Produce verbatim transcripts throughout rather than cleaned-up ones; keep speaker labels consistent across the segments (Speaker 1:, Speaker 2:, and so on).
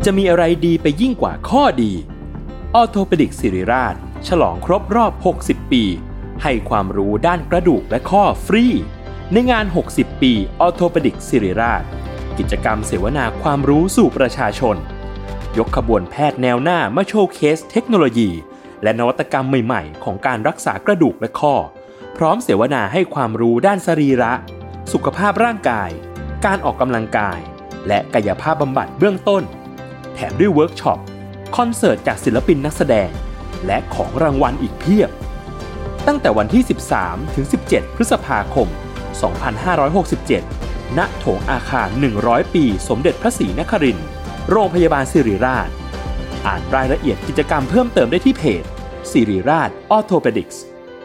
Speaker 1: จะมีอะไรดีไปยิ่งกว่าข้อดีออร์โธเปดิกศิริราชฉลองครบรอบหกสิบปีให้ความรู้ด้านกระดูกและข้อฟรีในงานหกสิบปีออร์โธเปดิกศิริราชกิจกรรมเสวนาความรู้สู่ประชาชนยกขบวนแพทย์แนวหน้ามาโชว์เคสเทคโนโลยีและนวัตกรรมใหม่ๆของการรักษากระดูกและข้อพร้อมเสวนาให้ความรู้ด้านสรีระสุขภาพร่างกายการออกกำลังกายและกายภาพบำบัดเบื้องต้นแถมด้วยเวิร์กช็อปคอนเสิร์ตจากศิลปินนักแสดงและของรางวัลอีกเพียบตั้งแต่วันที่สิบสามถึงสิบเจ็ดพฤษภาคมสองพันห้าร้อยหกสิบเจ็ดณโถงอาคารหนึ่งร้อยปีสมเด็จพระศรีนครินทร์โรงพยาบาลศิริราชอ่านรายละเอียดกิจกรรมเพิ่มเติมได้ที่เพจศิริราชออร์โธเปดิกส์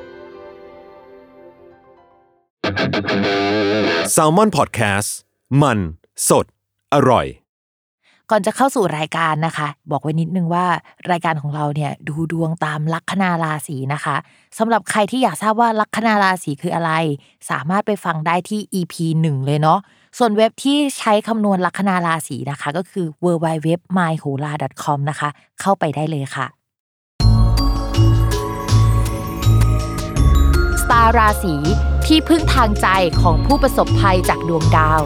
Speaker 2: Salmon Podcast มันสดอร่อย
Speaker 3: ก่อนจะเข้าสู่รายการนะคะบอกไว้นิดนึงว่ารายการของเราเนี่ยดูดวงตามลัคนาราศีนะคะสำหรับใครที่อยากทราบว่าลัคนาราศีคืออะไรสามารถไปฟังได้ที่ อี พี หนึ่งเลยเนาะส่วนเว็บที่ใช้คำนวณลัคนาราศีนะคะก็คือ ดับเบิลยู ดับเบิลยู ดับเบิลยู ดอท มายโหรา ดอท คอม นะคะเข้าไปได้เลยค่ะสตาร์ราศีที่พึ่งทางใจของผู้ประสบภัยจากดวงดาว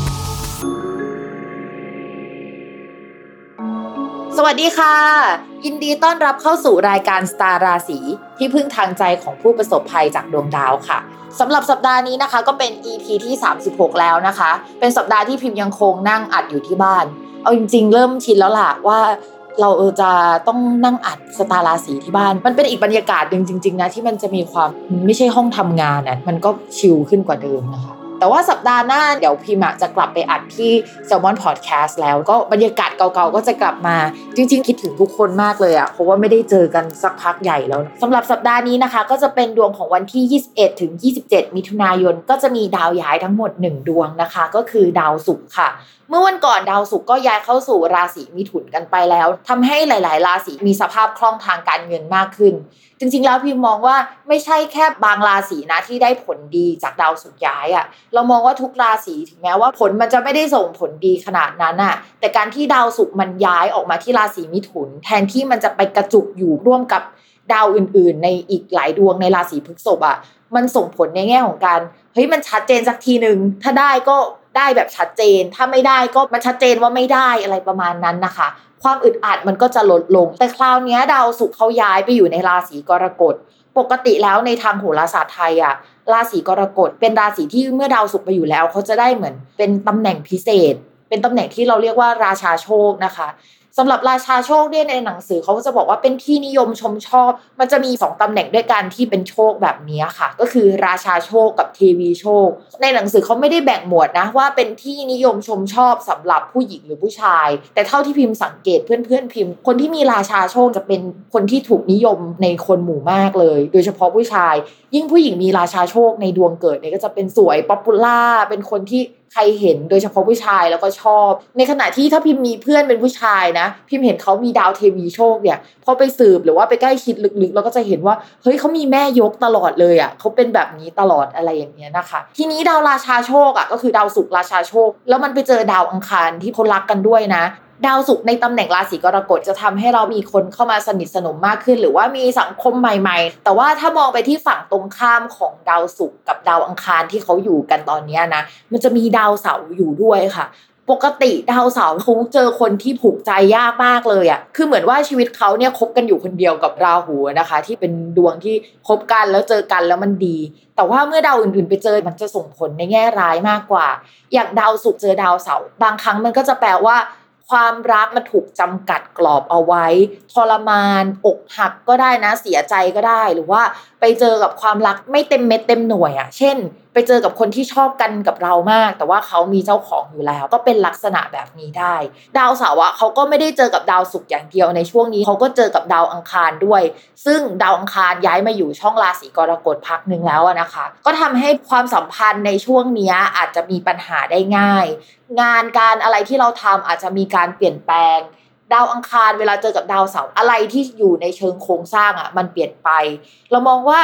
Speaker 3: สวัสดีค่ะยินดีต้อนรับเข้าสู่รายการสตาร์ราศีที่พึ่งทางใจของผู้ประสบภัยจากดวงดาวค่ะสำหรับสัปดาห์นี้นะคะก็เป็น อี พี ที่สามสิบหกแล้วนะคะเป็นสัปดาห์ที่พิมพ์ยังคงนั่งอัดอยู่ที่บ้านเอาจริงๆเริ่มชินแล้วล่ะว่าเราเออจะต้องนั่งอัดสตาร์ราศีที่บ้านมันเป็นอีกบรรยากาศนึงจริงๆนะที่มันจะมีความไม่ใช่ห้องทำงานนะมันก็ชิลขึ้นกว่าเดิมนะคะแต่ว่าสัปดาห์หน้าเดี๋ยวพิมจะกลับไปอัดที่ Salmon Podcast แล้วก็บรรยากาศเก่าๆก็จะกลับมาจริงๆคิดถึงทุกคนมากเลยอ่ะเพราะว่าไม่ได้เจอกันสักพักใหญ่แล้วสำหรับสัปดาห์นี้นะคะก็จะเป็นดวงของวันที่ยี่สิบเอ็ดถึงยี่สิบเจ็ดมิถุนายนก็จะมีดาวย้ายทั้งหมดหนึ่งดวงนะคะก็คือดาวศุกร์ค่ะเมื่อวันก่อนดาวศุกร์ก็ย้ายเข้าสู่ราศีมิถุนกันไปแล้วทำให้หลายๆราศีมีสภาพคล่องทางการเงินมากขึ้นจริงๆแล้วพิมมองว่าไม่ใช่แค่บางราศีนะที่ได้ผลดีจากดาวศุกร์ย้ายอ่ะเรามองว่าทุกราศีถึงแม้ว่าผลมันจะไม่ได้ส่งผลดีขนาดนั้นอ่ะแต่การที่ดาวศุกร์มันย้ายออกมาที่ราศีมิถุนแทนที่มันจะไปกระจุกอยู่ร่วมกับดาวอื่นๆในอีกหลายดวงในราศีพฤษภอ่ะมันส่งผลในแง่ของการเฮ้ยมันชัดเจนสักทีนึงถ้าได้ก็ได้แบบชัดเจนถ้าไม่ได้ก็มันชัดเจนว่าไม่ได้อะไรประมาณนั้นนะคะความอึดอัดมันก็จะลดลงแต่คราวนี้ดาวศุกร์เขาย้ายไปอยู่ในราศีกรกฎปกติแล้วในทางโหราศาสตร์ไทยอ่ะราศีกรกฎเป็นราศีที่เมื่อดาวศุกร์ไปอยู่แล้วเขาจะได้เหมือนเป็นตำแหน่งพิเศษเป็นตำแหน่งที่เราเรียกว่าราชาโชคนะคะสำหรับราชาโชคเนี่ยในหนังสือเขาก็จะบอกว่าเป็นที่นิยมชมชอบมันจะมีสองตำแหน่งด้วยกันที่เป็นโชคแบบนี้ค่ะก็คือราชาโชคกับเทวีโชคในหนังสือเขาไม่ได้แบ่งหมวดนะว่าเป็นที่นิยมชมชอบสำหรับผู้หญิงหรือผู้ชายแต่เท่าที่พิมพ์สังเกตเพื่อนๆพิมพ์คนที่มีราชาโชคจะเป็นคนที่ถูกนิยมในคนหมู่มากเลยโดยเฉพาะผู้ชายยิ่งผู้หญิงมีราชาโชคในดวงเกิดเนี่ยก็จะเป็นสวยป๊อปปูล่าเป็นคนที่ใครเห็นโดยเฉพาะผู้ชายแล้วก็ชอบในขณะที่ถ้าพิมพ์มีเพื่อนเป็นผู้ชายนะพิมพ์เห็นเขามีดาวเทวีโชคเนี่ยพอไปสืบหรือว่าไปใกล้ชิดลึกๆแล้วก็จะเห็นว่าเฮ้ยเขามีแม่ยกตลอดเลยอ่ะเขาเป็นแบบนี้ตลอดอะไรอย่างเงี้ยนะคะทีนี้ดาวราชาโชคอ่ะก็คือดาวศุกร์ราชาโชคแล้วมันไปเจอดาวอังคารที่เขารักกันด้วยนะดาวศุกร์ในตำแหน่งราศีกรกฎจะทำให้เรามีคนเข้ามาสนิทสนมมากขึ้นหรือว่ามีสังคมใหม่ๆแต่ว่าถ้ามองไปที่ฝั่งตรงข้ามของดาวศุกร์กับดาวอังคารที่เขาอยู่กันตอนนี้นะมันจะมีดาวเสาร์อยู่ด้วยค่ะปกติดาวเสาร์เขาเจอคนที่ผูกใจยากมากเลยอ่ะคือเหมือนว่าชีวิตเขาเนี่ยคบกันอยู่คนเดียวกับราหูนะคะที่เป็นดวงที่คบกันแล้วเจอกันแล้วมันดีแต่ว่าเมื่อดาวอื่นๆไปเจอมันจะส่งผลในแง่ร้ายมากกว่าอย่างดาวศุกร์เจอดาวเสาร์บางครั้งมันก็จะแปลว่าความรักมันถูกจำกัดกรอบเอาไว้ทรมานอกหักก็ได้นะเสียใจก็ได้หรือว่าไปเจอกับความรักไม่เต็มเม็ดเต็มหน่วยอ่ะเช่นไปเจอกับคนที่ชอบกันกับเรามากแต่ว่าเขามีเจ้าของอยู่แล้วก็เป็นลักษณะแบบนี้ได้ดาวเสาร์อ่ะเขาก็ไม่ได้เจอกับดาวศุกร์อย่างเดียวในช่วงนี้เขาก็เจอกับดาวอังคารด้วยซึ่งดาวอังคารย้ายมาอยู่ช่องราศีกรกฎพักนึงแล้วนะคะก็ทำให้ความสัมพันธ์ในช่วงนี้อาจจะมีปัญหาได้ง่ายงานการอะไรที่เราทำอาจจะมีการเปลี่ยนแปลงดาวอังคารเวลาเจอกับดาวเสาร์อะไรที่อยู่ในเชิงโครงสร้างอ่ะมันเปลี่ยนไปเรามองว่า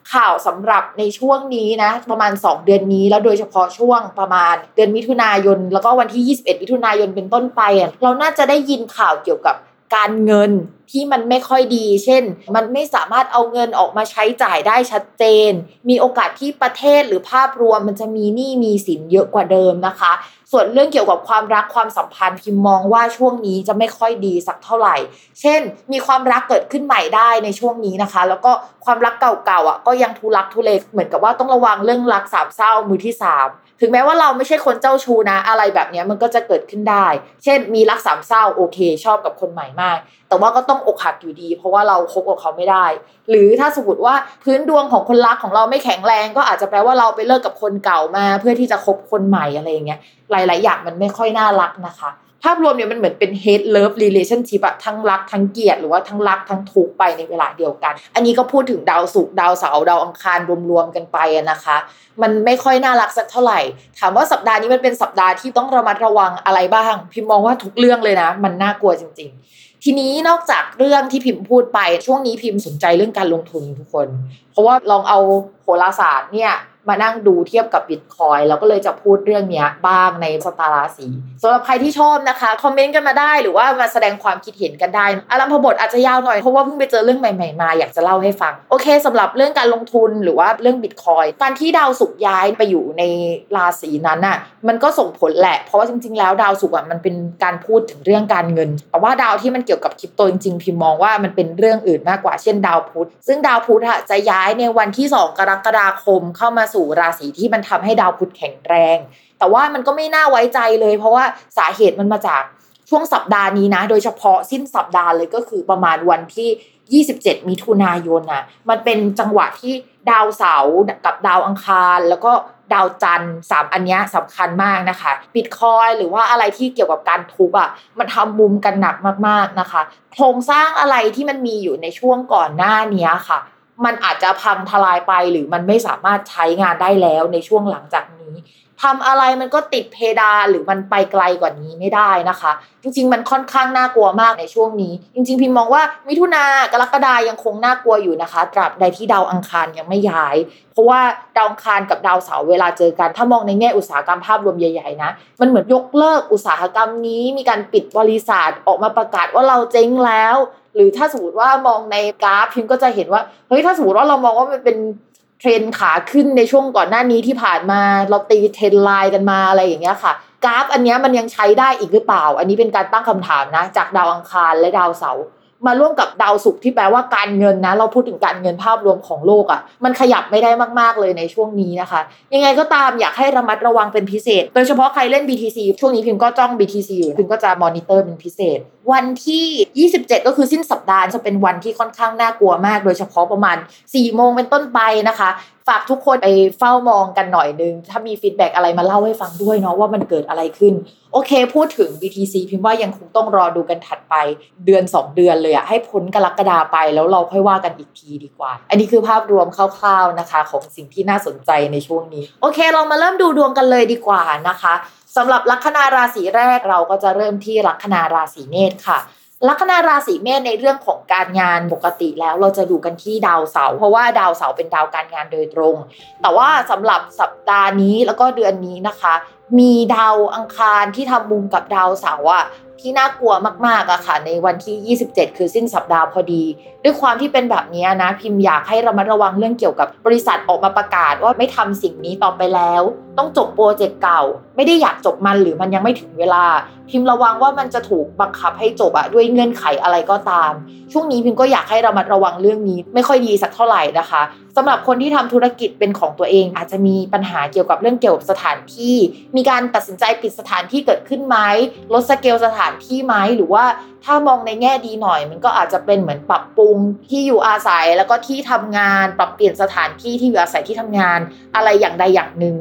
Speaker 3: ข่าวสำหรับในช่วงนี้นะประมาณสองเดือนนี้แล้วโดยเฉพาะช่วงประมาณเดือนมิถุนายนแล้วก็วันที่ยี่สิบเอ็ดมิถุนายนเป็นต้นไปอ่ะเราน่าจะได้ยินข่าวเกี่ยวกับการเงินที่มันไม่ค่อยดีเช่นมันไม่สามารถเอาเงินออกมาใช้จ่ายได้ชัดเจนมีโอกาสที่ประเทศหรือภาพรวมมันจะมีหนี้มีสินเยอะกว่าเดิมนะคะส่วนเรื่องเกี่ยวกับความรักความสัมพันธ์พิมมองว่าช่วงนี้จะไม่ค่อยดีสักเท่าไหร่เช่นมีความรักเกิดขึ้นใหม่ได้ในช่วงนี้นะคะแล้วก็ความรักเก่าๆอ่ะก็ยังทุลักทุเลเหมือนกับว่าต้องระวังเรื่องรักสามเศร้ามือที่สามถึงแม้ว่าเราไม่ใช่คนเจ้าชู้นะอะไรแบบนี้มันก็จะเกิดขึ้นได้เช่นมีรักสามเศร้าโอเคชอบกับคนใหม่มากแต่ว่าก็ต้องอกหักอยู่ดีเพราะว่าเราคบกับเขาไม่ได้หรือถ้าสมมติว่าพื้นดวงของคนรักของเราไม่แข็งแรงก็อาจจะแปลว่าเราไปเลิกกับคนเก่ามาเพื่อที่จะคบคนใหม่อะไรอย่างเงี้ยหลายๆอย่างมันไม่ค่อยน่ารักนะคะภาพรวมเนี่ยมันเหมือนเป็น hate love relationship อะทั้งรักทั้งเกลียดหรือว่าทั้งรักทั้งทุกข์ไปในเวลาเดียวกันอันนี้ก็พูดถึงดาวศุกร์ดาวเสาร์ดาวอังคารรวมๆกันไปนะคะมันไม่ค่อยน่ารักสักเท่าไหร่ถามว่าสัปดาห์นี้มันเป็นสัปดาห์ที่ต้องระมัดระวังอะไรบ้างพิมมองว่าทุกเรื่องเลยนะมันน่ากลัวจริงๆทีนี้นอกจากเรื่องที่พิมพูดไปช่วงนี้พิมสนใจเรื่องการลงทุนทุกคนเพราะว่าลองเอาโหราศาสตร์เนี่ยมานั่งดูเทียบกับ Bitcoin แล้วก็เลยจะพูดเรื่องนี้บ้างในสตาร์ราศีสำหรับใครที่ชอบนะคะคอมเมนต์กันมาได้หรือว่ามาแสดงความคิดเห็นกันได้อารัมพบทอาจจะยาวหน่อยเพราะว่าเพิ่งไปเจอเรื่องใหม่ๆมาอยากจะเล่าให้ฟังโอเคสำหรับเรื่องการลงทุนหรือว่าเรื่อง Bitcoin การที่ดาวศุกร์ย้ายไปอยู่ในราศีนั้นน่ะมันก็ส่งผลแหละเพราะว่าจริงๆแล้วดาวศุกร์อ่ะมันเป็นการพูดถึงเรื่องการเงินแต่ว่าดาวที่มันเกี่ยวกับคริปโตจริงๆพิมมองว่ามันเป็นเรื่องอื่นมากกว่าเช่นดาวพุธซึ่งดาวพุธอ่ะจะย้ายในวันที่สองกรกฎาคมเข้ามาสู่ราศีที่มันทำให้ดาวพุธแข็งแรงแต่ว่ามันก็ไม่น่าไว้ใจเลยเพราะว่าสาเหตุมันมาจากช่วงสัปดาห์นี้นะโดยเฉพาะสิ้นสัปดาห์เลยก็คือประมาณวันที่ยี่สิบเจ็ดมิถุนายนนะมันเป็นจังหวะที่ดาวเสาร์กับดาวอังคารแล้วก็ดาวจันทร์สามอันนี้สำคัญมากนะคะ Bitcoin หรือว่าอะไรที่เกี่ยวกับการทุบอ่ะมันทำมุมกันหนักมากๆนะคะโครงสร้างอะไรที่มันมีอยู่ในช่วงก่อนหน้านี้ค่ะมันอาจจะพังทลายไปหรือมันไม่สามารถใช้งานได้แล้วในช่วงหลังจากนี้ทำอะไรมันก็ติดเพดานหรือมันไปไกลกว่านี้ไม่ได้นะคะจริงๆมันค่อนข้างน่ากลัวมากในช่วงนี้จริงๆพิมมองว่ามิถุนากรกฎายังคงน่ากลัวอยู่นะคะตราบใดที่ดาวอังคารยังไม่ย้ายเพราะว่าดาวอังคารกับดาวเสาร์เวลาเจอกันถ้ามองในแง่อุตสาหกรรมภาพรวมใหญ่ๆนะมันเหมือนยกเลิกอุตสาหกรรมนี้มีการปิดบริษัทออกมาประกาศว่าเราเจ๊งแล้วหรือถ้าสมมติว่ามองในกราฟพิมก็จะเห็นว่าเฮ้ยถ้าสมมติว่าเรามองว่ามันเป็นเทรนขาขึ้นในช่วงก่อนหน้านี้ที่ผ่านมาเราตีเทรนไลน์กันมาอะไรอย่างเงี้ยค่ะกราฟอันเนี้ยมันยังใช้ได้อีกหรือเปล่าอันนี้เป็นการตั้งคำถามนะจากดาวอังคารและดาวเสาร์มาร่วมกับดาวศุกร์ที่แปลว่าการเงินนะเราพูดถึงการเงินภาพรวมของโลกอ่ะมันขยับไม่ได้มากๆเลยในช่วงนี้นะคะยังไงก็ตามอยากให้ระมัดระวังเป็นพิเศษโดยเฉพาะใครเล่น บี ที ซี ช่วงนี้พิมก็จ้อง บี ที ซี อยู่พิมก็จะมอนิเตอร์เป็นพิเศษวันที่ยี่สิบเจ็ดก็คือสิ้นสัปดาห์จะเป็นวันที่ค่อนข้างน่ากลัวมากโดยเฉพาะประมาณสี่โมงเป็นต้นไปนะคะฝากทุกคนไปเฝ้ามองกันหน่อยนึงถ้ามีฟีดแบ็กอะไรมาเล่าให้ฟังด้วยเนาะว่ามันเกิดอะไรขึ้นโอเคพูดถึง บี ที ซี พิมพ์ว่ายังคงต้องรอดูกันถัดไปเดือนสองเดือนเลยอะให้พ้นกรกฎาไปแล้วเราค่อยว่ากันอีกทีดีกว่าอันนี้คือภาพรวมคร่าวๆนะคะของสิ่งที่น่าสนใจในช่วงนี้โอเคเรามาเริ่มดูดวงกันเลยดีกว่านะคะสำหรับลัคนาราศีแรกเราก็จะเริ่มที่ลัคนาราศีเมษค่ะลัคนาราศีเมษในเรื่องของการงานปกติแล้วเราจะดูกันที่ดาวเสาร์เพราะว่าดาวเสาร์เป็นดาวการงานโดยตรงแต่ว่าสำหรับสัปดาห์นี้แล้วก็เดือนนี้นะคะมีดาวอังคารที่ทำมุมกับดาวเสาร์อะที่น่ากลัวมากๆอะค่ะในวันที่ยี่สิบเจ็ดคือสิ้นสัปดาห์พอดีด้วยความที่เป็นแบบนี้นะพิมพ์อยากให้ระมัดระวังเรื่องเกี่ยวกับบริษัทออกมาประกาศว่าไม่ทำสิ่งนี้ต่อไปแล้วต้องจบโปรเจกต์เก่าไม่ได้อยากจบมันหรือมันยังไม่ถึงเวลาพิมพ์ระวังว่ามันจะถูกบังคับให้จบอะด้วยเงื่อนไขอะไรก็ตามช่วงนี้พิมพ์ก็อยากให้ระมัดระวังเรื่องนี้ไม่ค่อยดีสักเท่าไหร่นะคะสำหรับคนที่ทำธุรกิจเป็นของตัวเองอาจจะมีปัญหาเกี่ยวกับเรื่องเกี่ยวกับสถานที่มีการตัดสินใจปิดสถานที่เกิดขึ้นไหมลดสเกลสถานที่ไหมหรือว่าถ้ามองในแง่ดีหน่อยมันก็อาจจะเป็นเหมือนปรับปรุงที่อยู่อาศัยแล้วก็ที่ทำงานปรับเปลี่ยนสถานที่ที่อยู่อาศัยที่ทำงานอะไรอย่างใดอย่างหนึ่งนะคะประ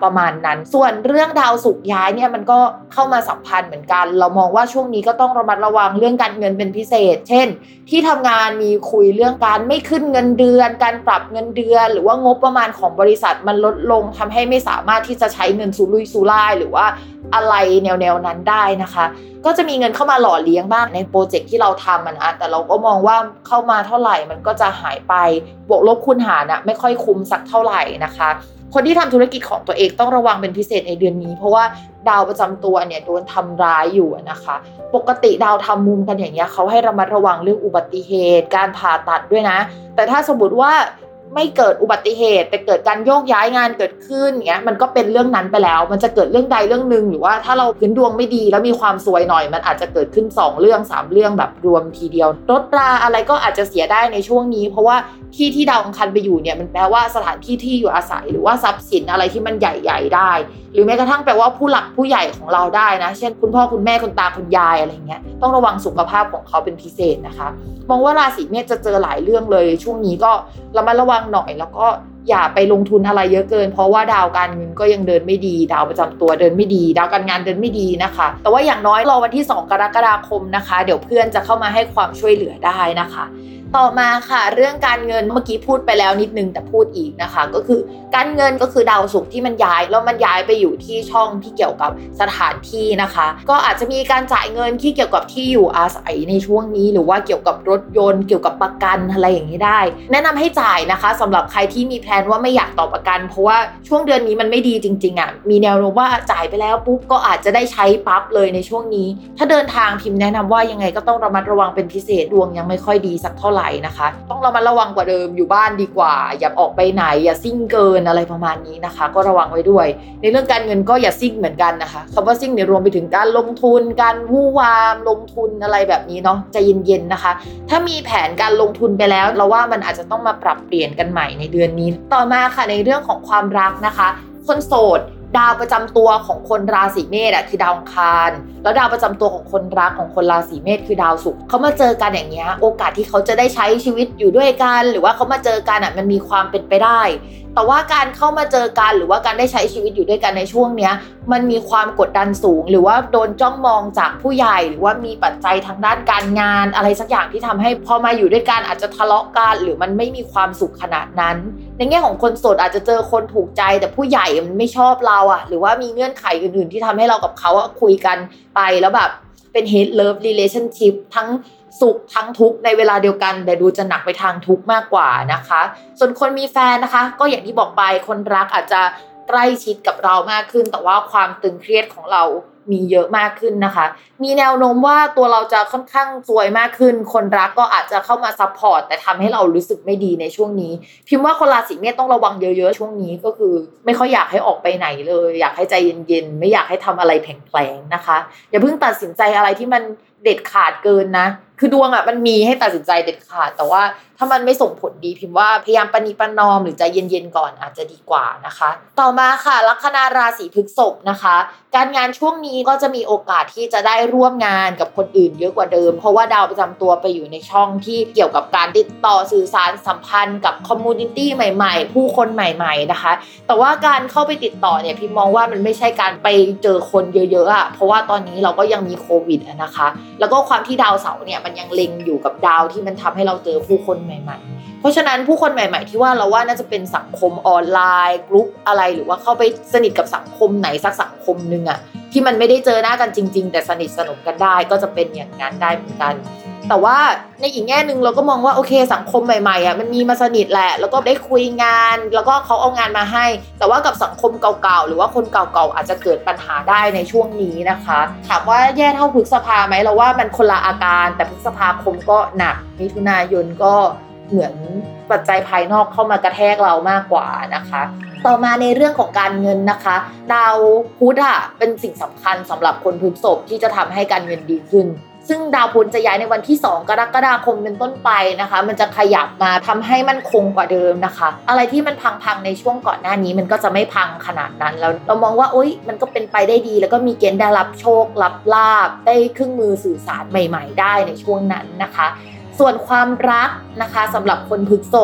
Speaker 3: ประมาณนั้นส่วนเรื่องดาวศุกร์ย้ายเนี่ยมันก็เข้ามาสัมพันธ์เหมือนกันเรามองว่าช่วงนี้ก็ต้องระมัดระวังเรื่องการเงินเป็นพิเศษเช่นที่ทำงานมีคุยเรื่องการไม่ขึ้นเงินเดือนการปรับเงินเดือนหรือว่างบประมาณของบริษัทมันลดลงทำให้ไม่สามารถที่จะใช้เงินสุรุ่ยสุร่ายหรือว่าอะไรแนวๆนั้นได้นะคะก็จะมีเงินเข้ามาหล่อเลี้ยงบ้างในโปรเจกต์ที่เราทำมันอ่ะแต่เราก็มองว่าเข้ามาเท่าไหร่มันก็จะหายไปบวกลบคูณหารน่ะไม่ค่อยคุ้มสักเท่าไหร่นะคะคนที่ทำธุรกิจของตัวเองต้องระวังเป็นพิเศษในเดือนนี้เพราะว่าดาวประจำตัวเนี่ยโดนทำร้ายอยู่นะคะปกติดาวทำมุมกันอย่างเงี้ยเขาให้ระมัดระวังเรื่องอุบัติเหตุการผ่าตัดด้วยนะแต่ถ้าสมมติว่าไม่เกิดอุบัติเหตุแต่เกิดการโยกย้ายงานเกิดขึ้นเงี้ยมันก็เป็นเรื่องนั้นไปแล้วมันจะเกิดเรื่องใดเรื่องนึงหรือว่าถ้าเราพื้นดวงไม่ดีแล้วมีความซวยหน่อยมันอาจจะเกิดขึ้นสองเรื่องสามเรื่องแบบรวมทีเดียวรถราอะไรก็อาจจะเสียได้ในช่วงนี้เพราะว่าที่ที่ดาวอังคารไปอยู่เนี่ยมันแปลว่าสถานที่ที่อยู่อาศัยหรือว่าทรัพย์สินอะไรที่มันใหญ่ๆได้หรือแม้กระทั่งแปลว่าผู้หลักผู้ใหญ่ของเราได้นะเช่นคุณพ่อคุณแม่คุณตาคุณยายอะไรเงี้ยต้องระวังสุขภาพของเขาเป็นพิเศษนะคะมองว่าราศีเมษจะเจอหลายเรื่องเลยช่วงนี้ก็ระมัดระวังหน่อยแล้วก็อย่าไปลงทุนอะไรเยอะเกินเพราะว่าดาวการเงินก็ยังเดินไม่ดีดาวประจำตัวเดินไม่ดีดาวการงานเดินไม่ดีนะคะแต่ว่าอย่างน้อยรอวันที่สองกรกฎาคมนะคะเดี๋ยวเพื่อนจะเข้ามาให้ความช่วยเหลือได้นะคะต่อมาค่ะเรื่องการเงินเมื่อกี้พูดไปแล้วนิดนึงแต่พูดอีกนะคะก็คือการเงินก็คือดาวศุกร์ที่มันย้ายแล้วมันย้ายไปอยู่ที่ช่องที่เกี่ยวกับสถานที่นะคะก็อาจจะมีการจ่ายเงินที่เกี่ยวกับที่อยู่อาศัยในช่วงนี้หรือว่าเกี่ยวกับรถยนต์เกี่ยวกับประกันอะไรอย่างนี้ได้แนะนำให้จ่ายนะคะสำหรับใครที่มีแพลนว่าไม่อยากต่อประกันเพราะว่าช่วงเดือนนี้มันไม่ดีจริงๆอ่ะมีแนวโน้มว่าจ่ายไปแล้วปุ๊บก็อาจจะได้ใช้ปั๊บเลยในช่วงนี้ถ้าเดินทางพิมพ์แนะนำว่ายังไงก็ต้องระมัดระวังเป็นพิเศษดวงยังไม่ค่อยดีสักเท่าไหร่นะคะต้องระมัดระวังกว่าเดิมอยู่บ้านดีกว่าอย่าออกไปไหนอย่าซิ่งเกินอะไรประมาณนี้นะคะก็ระวังไว้ด้วยในเรื่องการเงินก็อย่าซิ่งเหมือนกันนะคะคำว่าซิ่งเนี่ยรวมไปถึงการลงทุนการวู่วามลงทุนอะไรแบบนี้เนาะใจเย็นๆนะคะถ้ามีแผนการลงทุนไปแล้วเราว่ามันอาจจะต้องมาปรับเปลี่ยนกันใหม่ในเดือนนี้ต่อมาค่ะในเรื่องของความรักนะคะคนโสดดาวประจำตัวของคนราศีเมษอ่ะคือดาวอังคารแล้วดาวประจำตัวของคนรักของคนราศีเมษคือดาวศุกร์เขามาเจอกันอย่างเงี้ยโอกาสที่เขาจะได้ใช้ชีวิตอยู่ด้วยกันหรือว่าเขามาเจอกันอ่ะมันมีความเป็นไปได้แต่ว่าการเข้ามาเจอกันหรือว่าการได้ใช้ชีวิตอยู่ด้วยกันในช่วงเนี้ยมันมีความกดดันสูงหรือว่าโดนจ้องมองจากผู้ใหญ่หรือว่ามีปัจจัยทางด้านการงานอะไรสักอย่างที่ทำให้พอมาอยู่ด้วยกันอาจจะทะเลาะกันหรือมันไม่มีความสุขขนาดนั้นในแง่ของคนโสดอาจจะเจอคนถูกใจแต่ผู้ใหญ่มันไม่ชอบเราอ่ะหรือว่ามีเงื่อนไขอื่นๆที่ทำให้เรากับเขาคุยกันไปแล้วแบบเป็น hate love relationship ทั้งสุขทั้งทุกข์ในเวลาเดียวกันแต่ดูจะหนักไปทางทุกข์มากกว่านะคะส่วนคนมีแฟนนะคะก็อย่างที่บอกไปคนรักอาจจะใกล้ชิดกับเรามากขึ้นแต่ว่าความตึงเครียดของเรามีเยอะมากขึ้นนะคะมีแนวโน้มว่าตัวเราจะค่อนข้างซวยมากขึ้นคนรักก็อาจจะเข้ามาซัพพอร์ตแต่ทำให้เรารู้สึกไม่ดีในช่วงนี้พิมพ์ว่าคนราศีเมษต้องระวังเยอะๆช่วงนี้ก็คือไม่ค่อยอยากให้ออกไปไหนเลยอยากให้ใจเย็นๆไม่อยากให้ทำอะไรแผลงๆนะคะอย่าเพิ่งตัดสินใจอะไรที่มันเด็ดขาดเกินนะคือดวงอ่ะมันมีให้ตัดสินใจเด็ดขาดแต่ว่าถ้ามันไม่ส่งผลดีพิมพ์ว่าพยายามประนีประนอมหรือใจเย็นๆก่อนอาจจะดีกว่านะคะต่อมาค่ะลัคนาราศีพฤษภนะคะการงานช่วงนี้ก็จะมีโอกาสที่จะได้ร่วมงานกับคนอื่นเยอะกว่าเดิมเพราะว่าดาวประจำตัวไปอยู่ในช่องที่เกี่ยวกับการติดต่อสื่อสารสัมพันธ์กับคอมมูนิตี้ใหม่ๆผู้คนใหม่ๆนะคะแต่ว่าการเข้าไปติดต่อเนี่ยพิมมองว่ามันไม่ใช่การไปเจอคนเยอะๆอ่ะเพราะว่าตอนนี้เราก็ยังมีโควิดนะคะแล้วก็ความที่ดาวเสาร์เนี่ยมันยังเล็งอยู่กับดาวที่มันทำให้เราเจอผู้คนใหม่ๆเพราะฉะนั้นผู้คนใหม่ๆที่ว่าเราว่าน่าจะเป็นสังคมออนไลน์กลุ่มอะไรหรือว่าเข้าไปสนิทกับสังคมไหนสักสังคมนึงอ่ะที่มันไม่ได้เจอหน้ากันจริงๆแต่สนิทสนมกันได้ก็จะเป็นอย่างนั้นได้เหมือนกันแต่ว่าในอีกแง่นึงเราก็มองว่าโอเคสังคมใหม่ๆอ่ะมันมีมาสนิทแหละแล้วก็ได้คุยงานแล้วก็เขาเอางานมาให้แต่ว่ากับสังคมเก่าๆหรือว่าคนเก่าๆอาจจะเกิดปัญหาได้ในช่วงนี้นะคะถามว่าแย่เท่าพฤษภาไหมเราว่ามันคนละอาการแต่พฤษภาคมก็หนักมิถุนายนก็เหมือนปัจจัยภายนอกเข้ามากระแทกเรามากกว่านะคะต่อมาในเรื่องของการเงินนะคะดาวพุธอ่ะเป็นสิ่งสำคัญสำหรับคนพฤษภที่จะทำให้การเงินดีขึ้นซึ่งดาวพุธจะย้ายในวันที่สองกรกฎาคมเป็นต้นไปนะคะมันจะขยับมาทำให้มั่นคงกว่าเดิมนะคะอะไรที่มันพังๆในช่วงก่อนหน้านี้มันก็จะไม่พังขนาดนั้นแล้วเรามองว่าโอ๊ยมันก็เป็นไปได้ดีแล้วก็มีเกณฑ์ได้รับโชครับลาภได้เครื่องมือสื่อสารใหม่ๆได้ในช่วงนั้นนะคะส่วนความรักนะคะสำหรับคนพฤษภ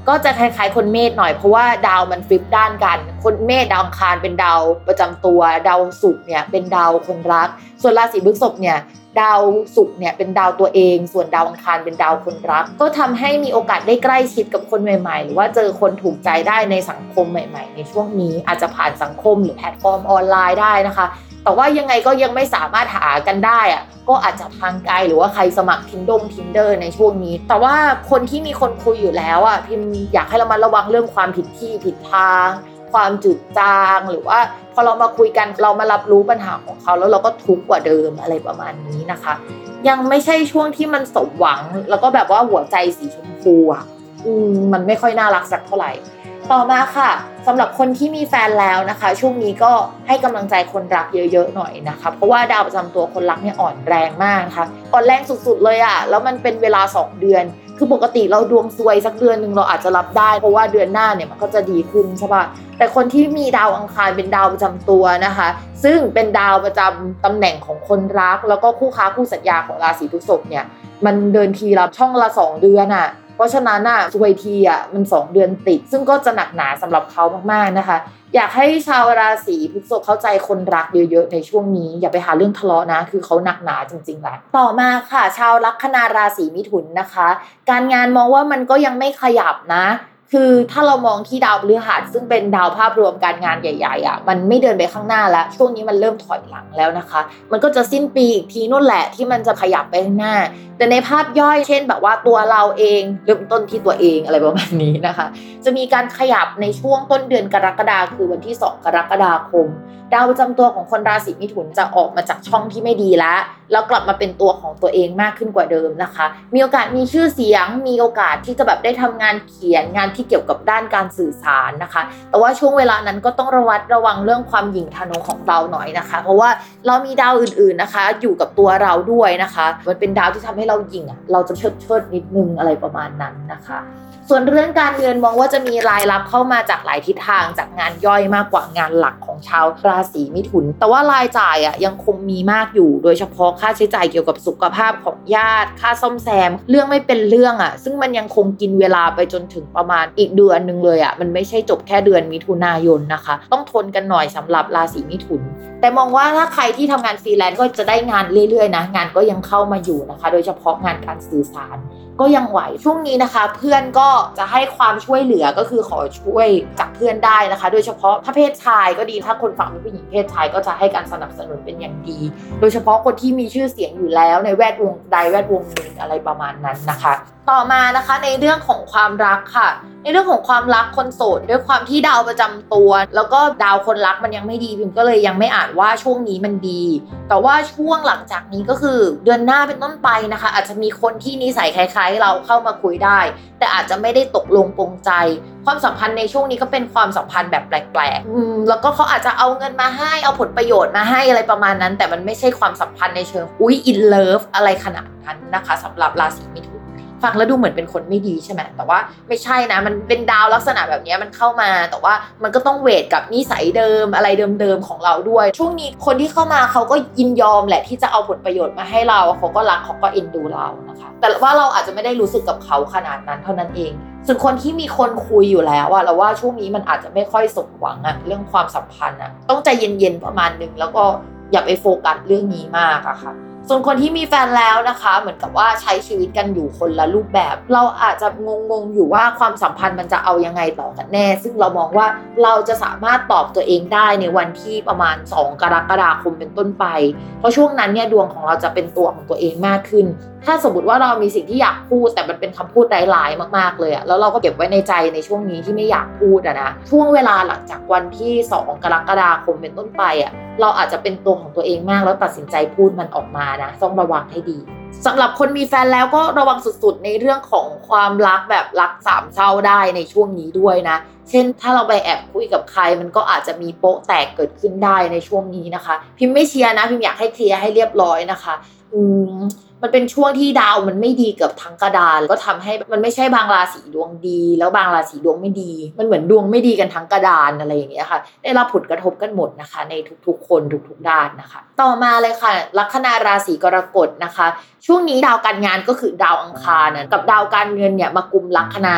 Speaker 3: ก็จะคล้ายๆคนเมษหน่อยเพราะว่าดาวมันฟลิปด้านกันคนเมษดาวอังคารเป็นดาวประจำตัวดาวศุกร์เนี่ยเป็นดาวคนรักส่วนราศีพฤษภเนี่ยดาวศุกร์เนี่ยเป็นดาวตัวเองส่วนดาวอังคารเป็นดาวคนรักก็ทำให้มีโอกาสได้ใกล้ชิดกับคนใหม่ๆหรือว่าเจอคนถูกใจได้ในสังคมใหม่ๆในช่วงนี้อาจจะผ่านสังคมหรือแพลตฟอร์มออนไลน์ได้นะคะแต่ว่ายังไงก็ยังไม่สามารถหากันได้อะก็อาจจะทางไกลหรือว่าใครสมัคร Tinder Tinder ในช่วงนี้แต่ว่าคนที่มีคนคุยอยู่แล้วอ่ะพิมอยากให้เรามาระวังเรื่องความผิดที่ผิดทางความจืดจางหรือว่าพอเรามาคุยกันเรามารับรู้ปัญหาของเขาแล้วเราก็ทุกข์กว่าเดิมอะไรประมาณนี้นะคะยังไม่ใช่ช่วงที่มันสมหวังแล้วก็แบบว่าหัวใจสีชมพูอ่ะอืมมันไม่ค่อยน่ารักสักเท่าไหร่ต่อมาค่ะสำหรับคนที่มีแฟนแล้วนะคะช่วงนี้ก็ให้กำลังใจคนรักเยอะๆหน่อยนะคะเพราะว่าดาวประจำตัวคนรักเนี่ยอ่อนแรงมากนะคะอ่อนแรงสุดๆเลยอ่ะแล้วมันเป็นเวลาสองเดือนคือปกติเราดวงซวยสักเดือนนึงเราอาจจะรับได้เพราะว่าเดือนหน้าเนี่ยมันก็จะดีขึ้นใช่ป่ะแต่คนที่มีดาวอังคารเป็นดาวประจำตัวนะคะซึ่งเป็นดาวประจำตำแหน่งของคนรักแล้วก็คู่ค้าคู่สัญญาของราศีพฤษภเนี่ยมันเดินทีละช่องละสองเดือนอ่ะเพราะฉะนั้นน่ะซวยทีอ่ะมันสองเดือนติดซึ่งก็จะหนักหนาสำหรับเขามากๆนะคะอยากให้ชาวราศีพฤษภเข้าใจคนรักเยอะๆในช่วงนี้อย่าไปหาเรื่องทะเลาะนะคือเขาหนักหนาจริงๆแหละต่อมาค่ะชาวลัคนาราศีมิถุนนะคะการงานมองว่ามันก็ยังไม่ขยับนะคือถ้าเรามองที่ดาวพฤหัสซึ่งเป็นดาวภาพรวมการงานใหญ่ๆอ่ะมันไม่เดินไปข้างหน้าแล้วช่วงนี้มันเริ่มถอยหลังแล้วนะคะมันก็จะสิ้นปีอีกทีนู่นแหละที่มันจะขยับไปข้างหน้าแต่ในภาพย่อยเช่นแบบว่าตัวเราเองเริ่มต้นที่ตัวเองอะไรประมาณนี้นะคะจะมีการขยับในช่วงต้นเดือนกรกฎาคมคือวันที่สองกรกฎาคมดาวประจำตัวของคนราศีมิถุนจะออกมาจากช่องที่ไม่ดีแล้วแล้วกลับมาเป็นตัวของตัวเองมากขึ้นกว่าเดิมนะคะมีโอกาสมีชื่อเสียงมีโอกาสที่จะแบบได้ทำงานเขียนงานที่เกี่ยวกับด้านการสื่อสารนะคะแต่ว่าช่วงเวลานั้นก็ต้องระวัดระวังเรื่องความหยิ่งทะนงของเราหน่อยนะคะเพราะว่าเรามีดาวอื่นๆนะคะอยู่กับตัวเราด้วยนะคะมันเป็นดาวที่ทำให้เราหยิ่งอ่ะเราจะเชิดเชิดนิดนึงอะไรประมาณนั้นนะคะส่วนเรื่องการเงินมองว่าจะมีรายรับเข้ามาจากหลายทิศทางจากงานย่อยมากกว่างานหลักของชาวราศีมิถุนแต่ว่ารายจ่ายอ่ะยังคงมีมากอยู่โดยเฉพาะค่าใช้จ่ายเกี่ยวกับสุขภาพของญาติค่าซ่อมแซมเรื่องไม่เป็นเรื่องอ่ะซึ่งมันยังคงกินเวลาไปจนถึงประมาณอีกเดือนนึงเลยอ่ะมันไม่ใช่จบแค่เดือนมิถุนายนนะคะต้องทนกันหน่อยสำหรับราศีมิถุนแต่มองว่าถ้าใครที่ทำงานฟรีแลนซ์ก็จะได้งานเรื่อยๆนะงานก็ยังเข้ามาอยู่นะคะโดยเฉพาะงานการสื่อสารก็ยังไหวช่วงนี้นะคะเพื่อนก็จะให้ความช่วยเหลือก็คือขอช่วยจากเพื่อนได้นะคะโดยเฉพาะถ้าเพศชายก็ดีถ้าคนฝั่งเป็นผู้หญิงเพศชายก็จะให้การสนับสนุนเป็นอย่างดีโดยเฉพาะคนที่มีชื่อเสียงอยู่แล้วในแวดวงใดแวดวงหนึ่งอะไรประมาณนั้นนะคะต่อมานะคะในเรื่องของความรักค่ะในเรื่องของความรักคนโสดด้วยความที่ดาวประจำตัวแล้วก็ดาวคนรักมันยังไม่ดีพิมก็เลยยังไม่อาจว่าช่วงนี้มันดีแต่ว่าช่วงหลังจากนี้ก็คือเดือนหน้าเป็นต้นไปนะคะอาจจะมีคนที่นิสัยคล้ายๆเราเข้ามาคุยได้แต่อาจจะไม่ได้ตกลงปลงใจความสัมพันธ์ในช่วงนี้ก็เป็นความสัมพันธ์แบบแปลกๆอืมแล้วก็เขาอาจจะเอาเงินมาให้เอาผลประโยชน์มาให้อะไรประมาณนั้นแต่มันไม่ใช่ความสัมพันธ์ในเชิงอุ๊ยอินเลิฟอะไรขนาดนั้นนะคะสำหรับราศีมิถุนฟังแล้วดูเหมือนเป็นคนไม่ดีใช่ไหมแต่ว่าไม่ใช่นะมันเป็นดาวลักษณะแบบนี้มันเข้ามาแต่ว่ามันก็ต้องเวทกับนิสัยเดิมอะไรเดิมๆของเราด้วยช่วงนี้คนที่เข้ามาเขาก็ยินยอมแหละที่จะเอาผลประโยชน์มาให้เราเขาก็รักเขาก็เอ็นดูเรานะคะแต่ว่าเราอาจจะไม่ได้รู้สึกกับเขาขนาดนั้นเท่านั้นเองส่วนคนที่มีคนคุยอยู่แล้วอะเราว่าช่วงนี้มันอาจจะไม่ค่อยสมหวังอะเรื่องความสัมพันธ์อะต้องใจเย็นๆประมาณนึงแล้วก็อย่าไปโฟกัสเรื่องนี้มากอะค่ะส่วนคนที่มีแฟนแล้วนะคะเหมือนกับว่าใช้ชีวิตกันอยู่คนละรูปแบบเราอาจจะงงๆอยู่ว่าความสัมพันธ์มันจะเอายังไงต่อกันแน่ซึ่งเรามองว่าเราจะสามารถตอบตัวเองได้ในวันที่ประมาณสองกรกฎาคมเป็นต้นไปเพราะช่วงนั้นเนี่ยดวงของเราจะเป็นตัวของตัวเองมากขึ้นถ้าสมมติว่าเรามีสิ่งที่อยากพูดแต่มันเป็นคำพูดร้ายๆมากๆเลยอะแล้วเราก็เก็บไว้ในใจในช่วงนี้ที่ไม่อยากพูดอะนะช่วงเวลาหลังจากวันที่สองกรกฎาคมเป็นต้นไปอะเราอาจจะเป็นตัวของตัวเองมากแล้วตัดสินใจพูดมันออกมานะต้องระวังให้ดีสำหรับคนมีแฟนแล้วก็ระวังสุดๆในเรื่องของความรักแบบรักสามเศร้าได้ในช่วงนี้ด้วยนะเช่นถ้าเราไปแอบคุยกับใครมันก็อาจจะมีโป๊ะแตกเกิดขึ้นได้ในช่วงนี้นะคะพิมไม่เชียร์นะพิมอยากให้เคลียร์ให้เรียบร้อยนะคะอืมมันเป็นช่วงที่ดาวมันไม่ดีเกือบทั้งกระดานก็ทำให้มันไม่ใช่บางราศีดวงดีแล้วบางราศีดวงไม่ดีมันเหมือนดวงไม่ดีกันทั้งกระดานอะไรอย่างเงี้ยค่ะได้รับผลกระทบกันหมดนะคะในทุกๆคนทุกๆด้านนะคะต่อมาเลยค่ะลัคนาราศีกรกฎนะคะช่วงนี้ดาวการงานก็คือดาวอังคารนะกับดาวการเงินเนี่ยมากุมลัคนา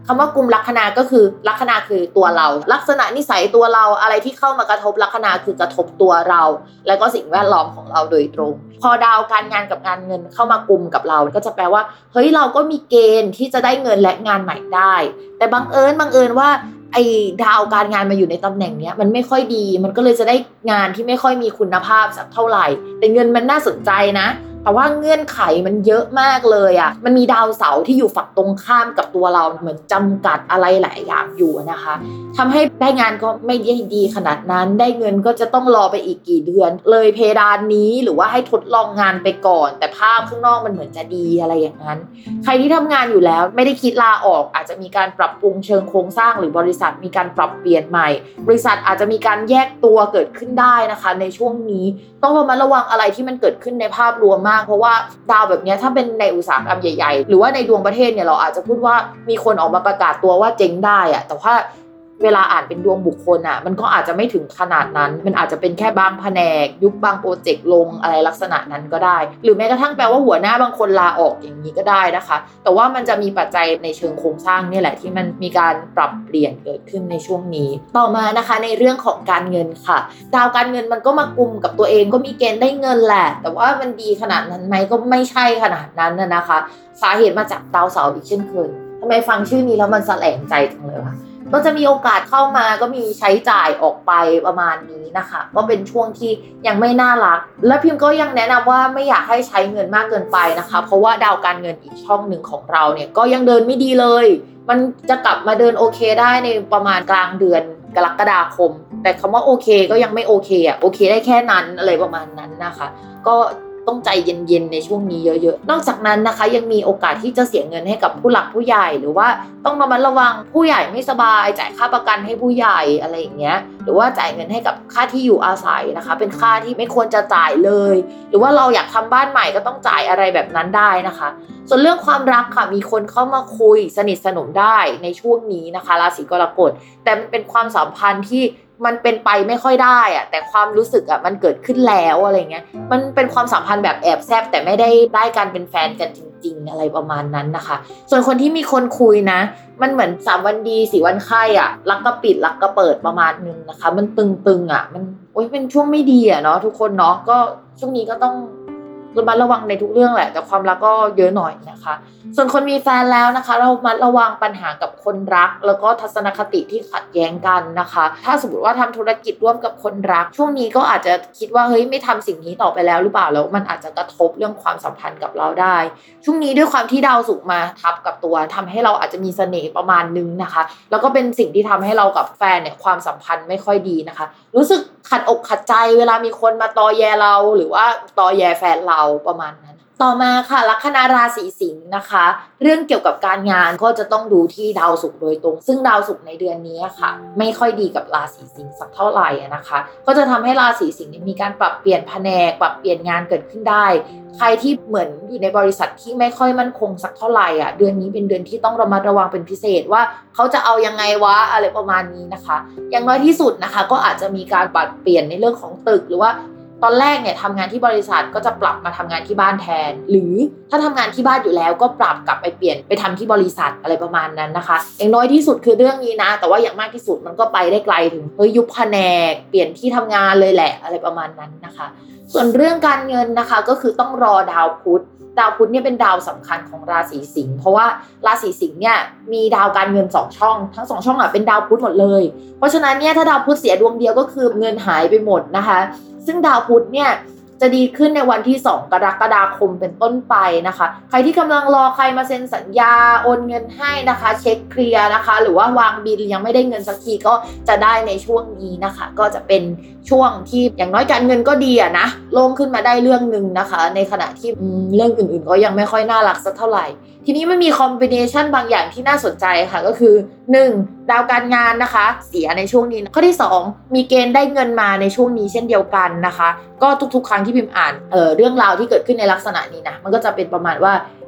Speaker 3: คำว่ากลุ่มลัคนาก็คือลัคนาคือตัวเราลักษณะนิสัยตัวเราอะไรที่เข้ามากระทบลัคนาคือกระทบตัวเราแล้วก็สิ่งแวดล้อมของเราโดยตรงพอดาวการงานกับงานเงินเข้ามากลุ่มกับเราก็จะแปลว่าเฮ้ยเราก็มีเกณฑ์ที่จะได้เงินและงานใหม่ได้แต่บังเอิญบังเอิญว่าไอ้ดาวการงานมาอยู่ในตำแหน่งเนี้ยมันไม่ค่อยดีมันก็เลยจะได้งานที่ไม่ค่อยมีคุณภาพสักเท่าไหร่แต่เงินมันน่าสนใจนะแต่ว่าเงื่อนไขมันเยอะมากเลยอ่ะมันมีดาวเสาร์ที่อยู่ฝั่งตรงข้ามกับตัวเราเหมือนจำกัดอะไรหลายอย่างอยู่นะคะทำให้ได้งานก็ไม่ได้ดีขนาดนั้นได้เงินก็จะต้องรอไปอีกกี่เดือนเลยเพดานนี้หรือว่าให้ทดลองงานไปก่อนแต่ภาพข้างนอกมันเหมือนจะดีอะไรอย่างนั้นใครที่ทำงานอยู่แล้วไม่ได้คิดลาออกอาจจะมีการปรับปรุงเชิงโครงสร้างหรือบริษัทมีการปรับเปลี่ยนใหม่บริษัทอาจจะมีการแยกตัวเกิดขึ้นได้นะคะในช่วงนี้ต้องระมัดระวังอะไรที่มันเกิดขึ้นในภาพรวมมากเพราะว่าดาวแบบนี้ถ้าเป็นในอุตสาหกรรมใหญ่ๆหรือว่าในดวงประเทศเนี่ยเราอาจจะพูดว่ามีคนออกมาประกาศตัวว่าเจ๊งได้อะแต่ว่าเวลาอ่านเป็นดวงบุคคลอ่ะมันก็อาจจะไม่ถึงขนาดนั้นมันอาจจะเป็นแค่บางแผนกยุบบางโปรเจกต์ลงอะไรลักษณะนั้นก็ได้หรือแม้กระทั่งแปลว่าหัวหน้าบางคนลาออกอย่างนี้ก็ได้นะคะแต่ว่ามันจะมีปัจจัยในเชิงโครงสร้างนี่แหละที่มันมีการปรับเปลี่ยนเกิดขึ้นในช่วงนี้ต่อมานะคะในเรื่องของการเงินค่ะดาวการเงินมันก็มากุมกับตัวเองก็มีเกณฑ์ได้เงินแหละแต่ว่ามันดีขนาดนั้นไหมก็ไม่ใช่ขนาดนั้นนะคะสาเหตุมาจากดาวเสาร์อีกเช่นเคยทำไมฟังชื่อนี้แล้วมันแสลงใจจังเลยวะก็จะมีโอกาสเข้ามาก็มีใช้จ่ายออกไปประมาณนี้นะคะก็เป็นช่วงที่ยังไม่น่ารักและพิมพ์ก็ยังแนะนำว่าไม่อยากให้ใช้เงินมากเกินไปนะคะเพราะว่าดาวการเงินอีกช่องหนึ่งของเราเนี่ยก็ยังเดินไม่ดีเลยมันจะกลับมาเดินโอเคได้ในประมาณกลางเดือนกรกฎาคมแต่คำว่าโอเคก็ยังไม่โอเคอ่ะโอเคได้แค่นั้นอะไรประมาณนั้นนะคะก็ต้องใจเย็นๆในช่วงนี้เยอะๆนอกจากนั้นนะคะยังมีโอกาสที่จะเสียเงินให้กับผู้หลักผู้ใหญ่หรือว่าต้องระมัดระวังผู้ใหญ่ไม่สบายจ่ายค่าประกันให้ผู้ใหญ่อะไรอย่างเงี้ยหรือว่าจ่ายเงินให้กับค่าที่อยู่อาศัยนะคะเป็นค่าที่ไม่ควรจะจ่ายเลยหรือว่าเราอยากทำบ้านใหม่ก็ต้องจ่ายอะไรแบบนั้นได้นะคะส่วนเรื่องความรักค่ะมีคนเข้ามาคุยสนิทสนมได้ในช่วงนี้นะคะราศีกรกฎแต่มันเป็นความสัมพันธ์ที่มันเป็นไปไม่ค่อยได้อะแต่ความรู้สึกอะมันเกิดขึ้นแล้วอะไรเงี้ยมันเป็นความสัมพันธ์แบบแอบแซบแต่ไม่ได้ได้การเป็นแฟนกันจริงๆอะไรประมาณนั้นนะคะส่วนคนที่มีคนคุยนะมันเหมือนสามวันดีสี่วันไข้อะรักก็ปิดรักก็เปิดประมาณนึงนะคะมันตึงๆอะมันโอ๊ยเป็นช่วงไม่ดีอะเนาะทุกคนเนาะก็ช่วงนี้ก็ต้องระมัดระวังในทุกเรื่องแหละแต่ความรักก็เยอะหน่อยนะคะส่วนคนมีแฟนแล้วนะคะเรามัดระวังปัญหากับคนรักแล้วก็ทัศนคติที่ขัดแย้งกันนะคะถ้าสมมติว่าทำธุรกิจร่วมกับคนรักช่วงนี้ก็อาจจะคิดว่าเฮ้ยไม่ทำสิ่งนี้ต่อไปแล้วหรือเปล่าแล้วมันอาจจะกระทบเรื่องความสัมพันธ์กับเราได้ช่วงนี้ด้วยความที่ดาวศุกร์มาทับกับตัวทำให้เราอาจจะมีเสน่ห์ประมาณนึงนะคะแล้วก็เป็นสิ่งที่ทำให้เรากับแฟนเนี่ยความสัมพันธ์ไม่ค่อยดีนะคะรู้สึกขัดอกขัดใจเวลามีคนมาตอแยเราหรือว่าตอแยแฟนเราประมาณนั้นต่อมาค่ะลัคนาราศีสิงห์นะคะเรื่องเกี่ยวกับการงานก็จะต้องดูที่ดาวศุกร์โดยตรงซึ่งดาวศุกร์ในเดือนนี้ค่ะไม่ค่อยดีกับราศีสิงห์สักเท่าไหร่นะคะก็จะทำให้ราศีสิงห์มีการปรับเปลี่ยนแผนกปรับเปลี่ยนงานเกิดขึ้นได้ใครที่เหมือนอยู่ในบริษัทที่ไม่ค่อยมั่นคงสักเท่าไหร่อ่ะเดือนนี้เป็นเดือนที่ต้องระมัดระวังเป็นพิเศษว่าเขาจะเอายังไงวะอะไรประมาณนี้นะคะอย่างน้อยที่สุดนะคะก็อาจจะมีการปรับเปลี่ยนในเรื่องของตึกหรือว่าตอนแรกเนี่ยทำงานที่บริษัทก็จะปรับมาทำงานที่บ้านแทนหรือถ้าทำงานที่บ้านอยู่แล้วก็ปรับกลับไปเปลี่ยนไปทำที่บริษัทอะไรประมาณนั้นนะคะอย่างน้อยที่สุดคือเรื่องนี้นะแต่ว่าอย่างมากที่สุดมันก็ไปได้ไกลถึงเฮ้ยยุบแผนกเปลี่ยนที่ทำงานเลยแหละอะไรประมาณนั้นนะคะส่วนเรื่องการเงินนะคะก็คือต้องรอดาวพุธดาวพุธเนี่ยเป็นดาวสำคัญของราศีสิงห์เพราะว่าราศีสิงห์เนี่ยมีดาวการเงินสองช่องทั้งสองช่องอ่ะเป็นดาวพุธหมดเลยเพราะฉะนั้นเนี่ยถ้าดาวพุธเสียดวงเดียวก็คือเงินหายไปหมดนะคะซึ่งดาวพุธเนี่ยจะดีขึ้นในวันที่สองกรกฎาคมเป็นต้นไปนะคะใครที่กำลังรอใครมาเซ็นสัญญาโอนเงินให้นะคะเช็คเคลียร์นะคะหรือว่าวางบิลยังไม่ได้เงินสักทีก็จะได้ในช่วงนี้นะคะก็จะเป็นช่วงที่อย่างน้อยการเงินก็ดีอะนะโล่งขึ้นมาได้เรื่องนึงนะคะในขณะที่เรื่องอื่นๆก็ยังไม่ค่อยน่ารักสักเท่าไหร่ทีนี้มันมีคอมบิเนชันบางอย่างที่น่าสนใจค่ะก็คือหนึ่งดาวการงานนะคะเสียในช่วงนี้ข้อที่สองมีเกณฑ์ได้เงินมาในช่วงนี้เช่นเดียวกันนะคะก็ทุกๆครั้งที่พิมพ์อ่านเอ่อเรื่องราวที่เกิดขึ้นในลักษณะนี้นะมันก็จะเป็นประมาณว่า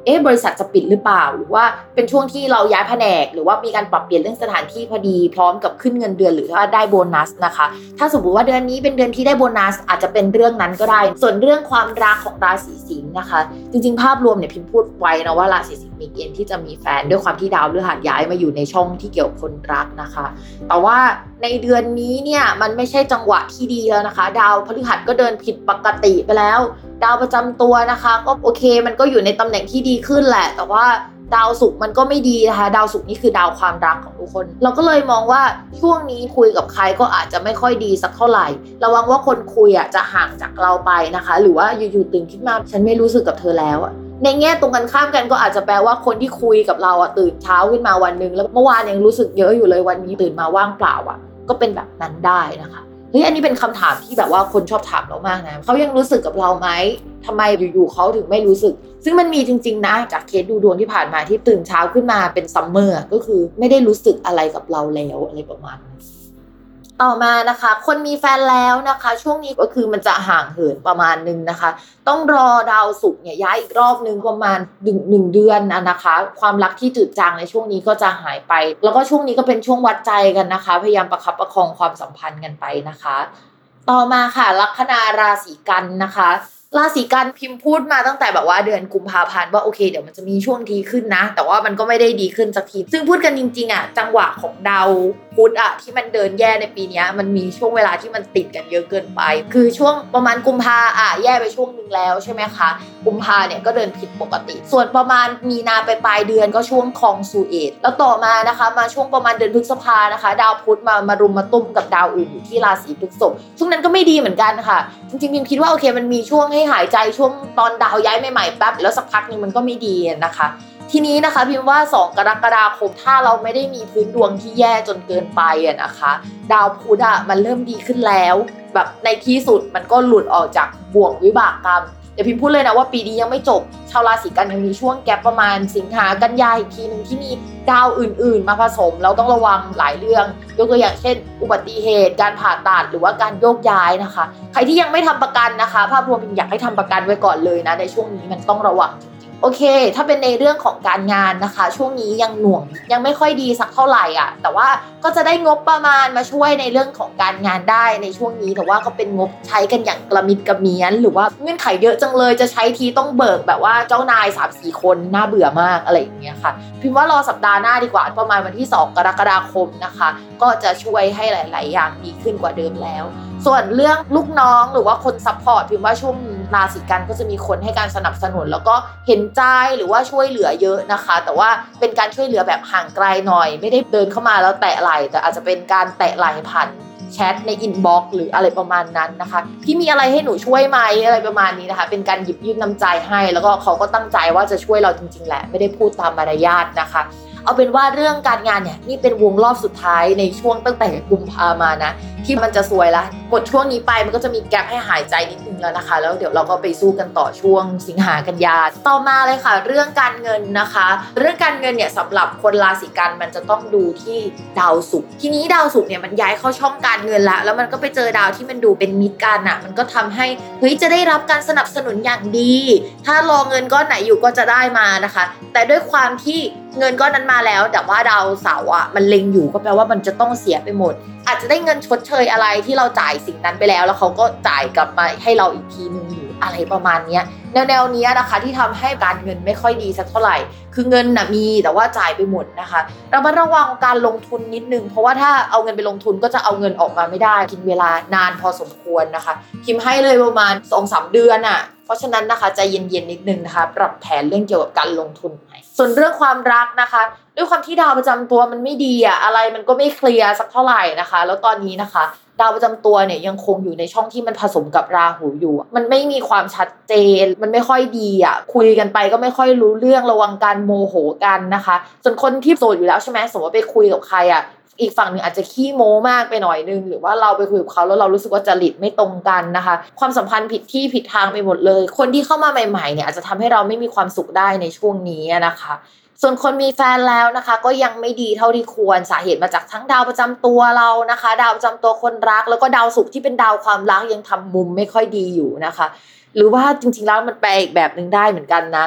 Speaker 3: เอ๊ะบริษัทจะปิดหรือเปล่าหรือว่าเป็นช่วงที่เราย้ายแผนกหรือว่ามีการปรับเปลี่ยนเรื่องสถานที่พอดีพร้อมกับขึ้นเงินเดือนหรือว่าได้โบนัสนะคะถ้าสมมติว่าเดือนนี้เป็นเดือนที่ได้โบนัสอาจจะเป็นเรื่องนั้นก็ได้ส่วนเรื่องความรักของราศีสิงห์นะคะจริงๆภาพรวมเนี่ยพิมพ์พูดไว้นะว่าราศีสิงห์มีเกณฑ์ที่จะมีแฟนด้วยความที่ดาวพฤหัสย้ายมาอยู่ในช่องที่เกี่ยวกับคนรักนะคะแต่ว่าในเดือนนี้เนี่ยมันไม่ใช่จังหวะที่ดีแล้วนะคะดาวพฤหัสก็เดินผิดปกติไปแล้วดาวประจำตัวนะคะก็โอเคมันก็อยู่ในตำแหน่งที่ดีขึ้นแหละแต่ว่าดาวศุกร์มันก็ไม่ดีนะคะดาวศุกร์นี่คือดาวความรักของทุกคนเราก็เลยมองว่าช่วงนี้คุยกับใครก็อาจจะไม่ค่อยดีสักเท่าไหร่ระวังว่าคนคุยอ่ะจะห่างจากเราไปนะคะหรือว่าอยู่ๆตื่นขึ้นมาฉันไม่รู้สึกกับเธอแล้วอ่ะในแง่ตรงกันข้ามกันก็อาจจะแปลว่าคนที่คุยกับเราอ่ะตื่นเช้าขึ้นมาวันนึงแล้วเมื่อวานยังรู้สึกเยอะอยู่เลยวันนี้ตื่นมาว่างเปล่าอ่ะก็เป็นแบบนั้นได้นะคะเฮ้ยอันนี้เป็นคำถามที่แบบว่าคนชอบถามเรามากนะเขายังรู้สึกกับเราไหมทำไมอยู่ๆเขาถึงไม่รู้สึกซึ่งมันมีจริงๆนะจากเคสดูดวงที่ผ่านมาที่ตื่นเช้าขึ้นมาเป็นซัมเมอร์ก็คือไม่ได้รู้สึกอะไรกับเราแล้วอะไรประมาณนั้นต่อมานะคะคนมีแฟนแล้วนะคะช่วงนี้ก็คือมันจะห่างเหินประมาณนึงนะคะต้องรอดาวศุกร์เนี่ยย้ายอีกรอบนึงประมาณหนึ่ง หนึ่งเดือนนะคะความรักที่จืดจางในช่วงนี้ก็จะหายไปแล้วก็ช่วงนี้ก็เป็นช่วงวัดใจกันนะคะพยายามประคับประคองความสัมพันธ์กันไปนะคะต่อมาค่ะลัคนาราศีกันนะคะราศีกันพิมพ์พูดมาตั้งแต่แบบว่าเดือนกุมภาพันธ์ว่าโอเคเดี๋ยวมันจะมีช่วงดีขึ้นนะแต่ว่ามันก็ไม่ได้ดีขึ้นสักทีซึ่งพูดกันจริงๆอ่ะจังหวะของดาวพุธอ่ะที่มันเดินแย่ในปีนี้มันมีช่วงเวลาที่มันติดกันเยอะเกินไปคือช่วงประมาณกุมภาอ่ะแย่ไปช่วงนึงแล้วใช่ไหมคะกุมภาเนี่ยก็เดินผิดปกติส่วนประมาณมีนาไปปลายเดือนก็ช่วงคองซูเอตแล้วต่อมานะคะมาช่วงประมาณเดือนพฤษภานะคะดาวพุธมามารุมมาตุ้มกับดาวอื่นอยู่ที่ราศีพฤษภช่วงนั้นก็ไม่ดีเหมือนกันค่ะจริงๆพิมคิดว่าโอเคมันมีช่วงให้หายใจช่วงตอนดาวย้ายใหม่ๆแป๊บแล้วสักพักนึงมันก็ไม่ดีนะคะทีนี้นะคะพิมพ์ว่าสองกรกฎาคมถ้าเราไม่ได้มีพื้นดวงที่แย่จนเกินไปอะนะคะดาวพุธอะมันเริ่มดีขึ้นแล้วแบบในที่สุดมันก็หลุดออกจากบ่วงวิบากกรรมเดี๋ยวพิมพ์พูดเลยนะว่าปีนี้ยังไม่จบชาวราศีกันยังมีช่วงแกปประมาณสิงหากันยาอีกทีนึงที่มีดาวอื่นๆมาผสมแล้วต้องระวังหลายเรื่องยกตัวอย่างเช่นอุบัติเหตุการผ่าตัดหรือว่าการโยกย้ายนะคะใครที่ยังไม่ทำประกันนะคะภาพรวมพิมอยากให้ทำประกันไว้ก่อนเลยนะในช่วงนี้มันต้องระวังโอเคถ้าเป็นในเรื่องของการงานนะคะช่วงนี้ยังหน่วงยังไม่ค่อยดีสักเท่าไหร่อ่ะแต่ว่าก็จะได้งบประมาณมาช่วยในเรื่องของการงานได้ในช่วงนี้แต่ว่าก็เป็นงบใช้กันอย่างกระมิดกระเมี้ยนหรือว่าเงื่อนไขเยอะจังเลยจะใช้ทีต้องเบิกแบบว่าเจ้านาย สามสี่ คนน่าเบื่อมากอะไรอย่างเงี้ยค่ะพิมพ์ว่ารอสัปดาห์หน้าดีกว่าประมาณวันที่สองกรกฎาคมนะคะก็จะช่วยให้หลายๆอย่างดีขึ้นกว่าเดิมแล้วส่วนเรื่องลูกน้องหรือว่าคนซัพพอร์ตพิมพ์ว่าช่วงราศีกันก็จะมีคนให้การสนับสนุนแล้วก็เห็นใจหรือว่าช่วยเหลือเยอะนะคะแต่ว่าเป็นการช่วยเหลือแบบห่างไกลหน่อยไม่ได้เดินเข้ามาแล้วแตะไหล่แต่อาจจะเป็นการแตะไหล่ผ่านแชทในอินบ็อกซ์หรืออะไรประมาณนั้นนะคะพี่มีอะไรให้หนูช่วยไหมอะไรประมาณนี้นะคะเป็นการหยิบยื่นน้ำใจให้แล้วก็เขาก็ตั้งใจว่าจะช่วยเราจริงๆแหละไม่ได้พูดตามมารยาทนะคะเอาเป็นว่าเรื่องการงานเนี่ยนี่เป็นวงรอบสุดท้ายในช่วงตั้งแต่กุมภามานะที่มันจะซวยละหมดช่วงนี้ไปมันก็จะมีแกปให้หายใจนิดนึงแล้วนะคะแล้วเดี๋ยวเราก็ไปสู้กันต่อช่วงสิงหากันยาต่อมาเลยค่ะเรื่องการเงินนะคะเรื่องการเงินเนี่ยสำหรับคนราศีกันมันจะต้องดูที่ดาวศุกร์ทีนี้ดาวศุกร์เนี่ยมันย้ายเข้าช่องการเงินละแล้วมันก็ไปเจอดาวที่มันดูเป็นมิตรกันอ่ะมันก็ทำให้เฮ้ยจะได้รับการสนับสนุนอย่างดีถ้ารอเงินก้อนไหนอยู่ก็จะได้มานะคะแต่ด้วยความที่เงินก้อนนั้นมาแล้วแต่ว่าดาวเสาร์อ่ะมันเล็งอยู่ก็แปลว่ามันจะต้องเสียไปหมดอาจจะได้เงินชดเชยอะไรที่เราจ่ายสิ่งนั้นไปแล้วแล้วเขาก็จ่ายกลับมาให้เราอีกทีนึงอยู่อะไรประมาณนี้แนวๆนี้นะคะที่ทำให้การเงินไม่ค่อยดีสักเท่าไหร่คือเงินน่ะมีแต่ว่าจ่ายไปหมดนะคะเรามาระวังการลงทุนนิดนึงเพราะว่าถ้าเอาเงินไปลงทุนก็จะเอาเงินออกมาไม่ได้กินเวลานานพอสมควรนะคะพิมพ์ให้เลยประมาณ สองถึงสาม เดือนอ่ะเพราะฉะนั้นนะคะใจเย็นๆนิดนึงนะคะปรับแผนเรื่องเกี่ยวกับการลงทุนใหม่ส่วนเรื่องความรักนะคะด้วยความที่ดาวประจำตัวมันไม่ดีอ่ะอะไรมันก็ไม่เคลียร์สักเท่าไหร่นะคะแล้วตอนนี้นะคะดาวประจำตัวเนี่ยยังคงอยู่ในช่องที่มันผสมกับราหูอยู่มันไม่มีความชัดเจนมันไม่ค่อยดีอ่ะคุยกันไปก็ไม่ค่อยรู้เรื่องระวังการโมโหกันนะคะส่วนคนที่โสดอยู่แล้วใช่ไหมสมมติว่าไปคุยกับใครอ่ะอีกฝั่งหนึ่งอาจจะขี้โม้มากไปหน่อยนึงหรือว่าเราไปคุยกับเขาแล้วเรารู้สึกว่าจริตไม่ตรงกันนะคะความสัมพันธ์ผิดที่ผิดทางไปหมดเลยคนที่เข้ามาใหม่ๆเนี่ยอาจจะทำให้เราไม่มีความสุขได้ในช่วงนี้นะคะส่วนคนมีแฟนแล้วนะคะก็ยังไม่ดีเท่าที่ควรสาเหตุมาจากทั้งดาวประจำตัวเรานะคะดาวประจำตัวคนรักแล้วก็ดาวศุกร์ที่เป็นดาวความรักยังทำมุมไม่ค่อยดีอยู่นะคะหรือว่าจริงๆแล้วมันแปลอีกแบบนึงได้เหมือนกันนะ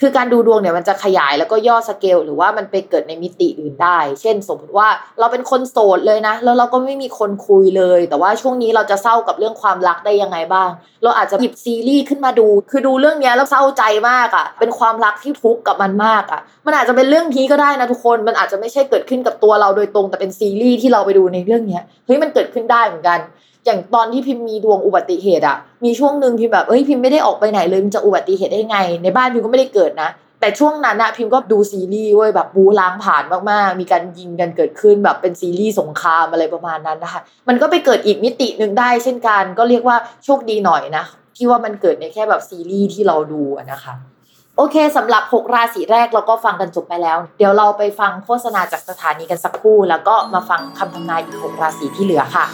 Speaker 3: คือการดูดวงเนี่ยมันจะขยายแล้วก็ย่อสเกลหรือว่ามันไปเกิดในมิติอื่นได้เช่นสมมติว่าเราเป็นคนโสดเลยนะแล้วเราก็ไม่มีคนคุยเลยแต่ว่าช่วงนี้เราจะเศร้ากับเรื่องความรักได้ยังไงบ้างเราอาจจะหยิบซีรีส์ขึ้นมาดูคือดูเรื่องนี้แล้วเศร้าใจมากอ่ะเป็นความรักที่ทุกข์กับมันมากอ่ะมันอาจจะเป็นเรื่องนี้ก็ได้นะทุกคนมันอาจจะไม่ใช่เกิดขึ้นกับตัวเราโดยตรงแต่เป็นซีรีส์ที่เราไปดูในเรื่องนี้เฮ้ยมันเกิดขึ้นได้เหมือนกันอย่างตอนที่พิมมีดวงอุบัติเหตุอ่ะมีช่วงนึงพิมแบบเอ้ยพิมไม่ได้ออกไปไหนเลยมันจะอุบัติเหตุได้ไงในบ้านพิมก็ไม่ได้เกิดนะแต่ช่วงนั้นนะพิมก็ดูซีรีส์เว้ยแบบบู๊ล้างผ่านมากๆมีการยิงกันเกิดขึ้นแบบเป็นซีรีส์สงครามอะไรประมาณนั้นนะคะมันก็ไปเกิดอีกมิตินึงได้เช่นกันก็เรียกว่าโชคดีหน่อยนะที่ว่ามันเกิดในแค่แบบซีรีส์ที่เราดูนะคะโอเคสำหรับหกราศีแรกเราก็ฟังกันจบไปแล้วเดี๋ยวเราไปฟังโฆษณาจากสถานีกันสักครู่แล้วก็มาฟังคำทำนายอีกหกราศีที่เหลือค่ะ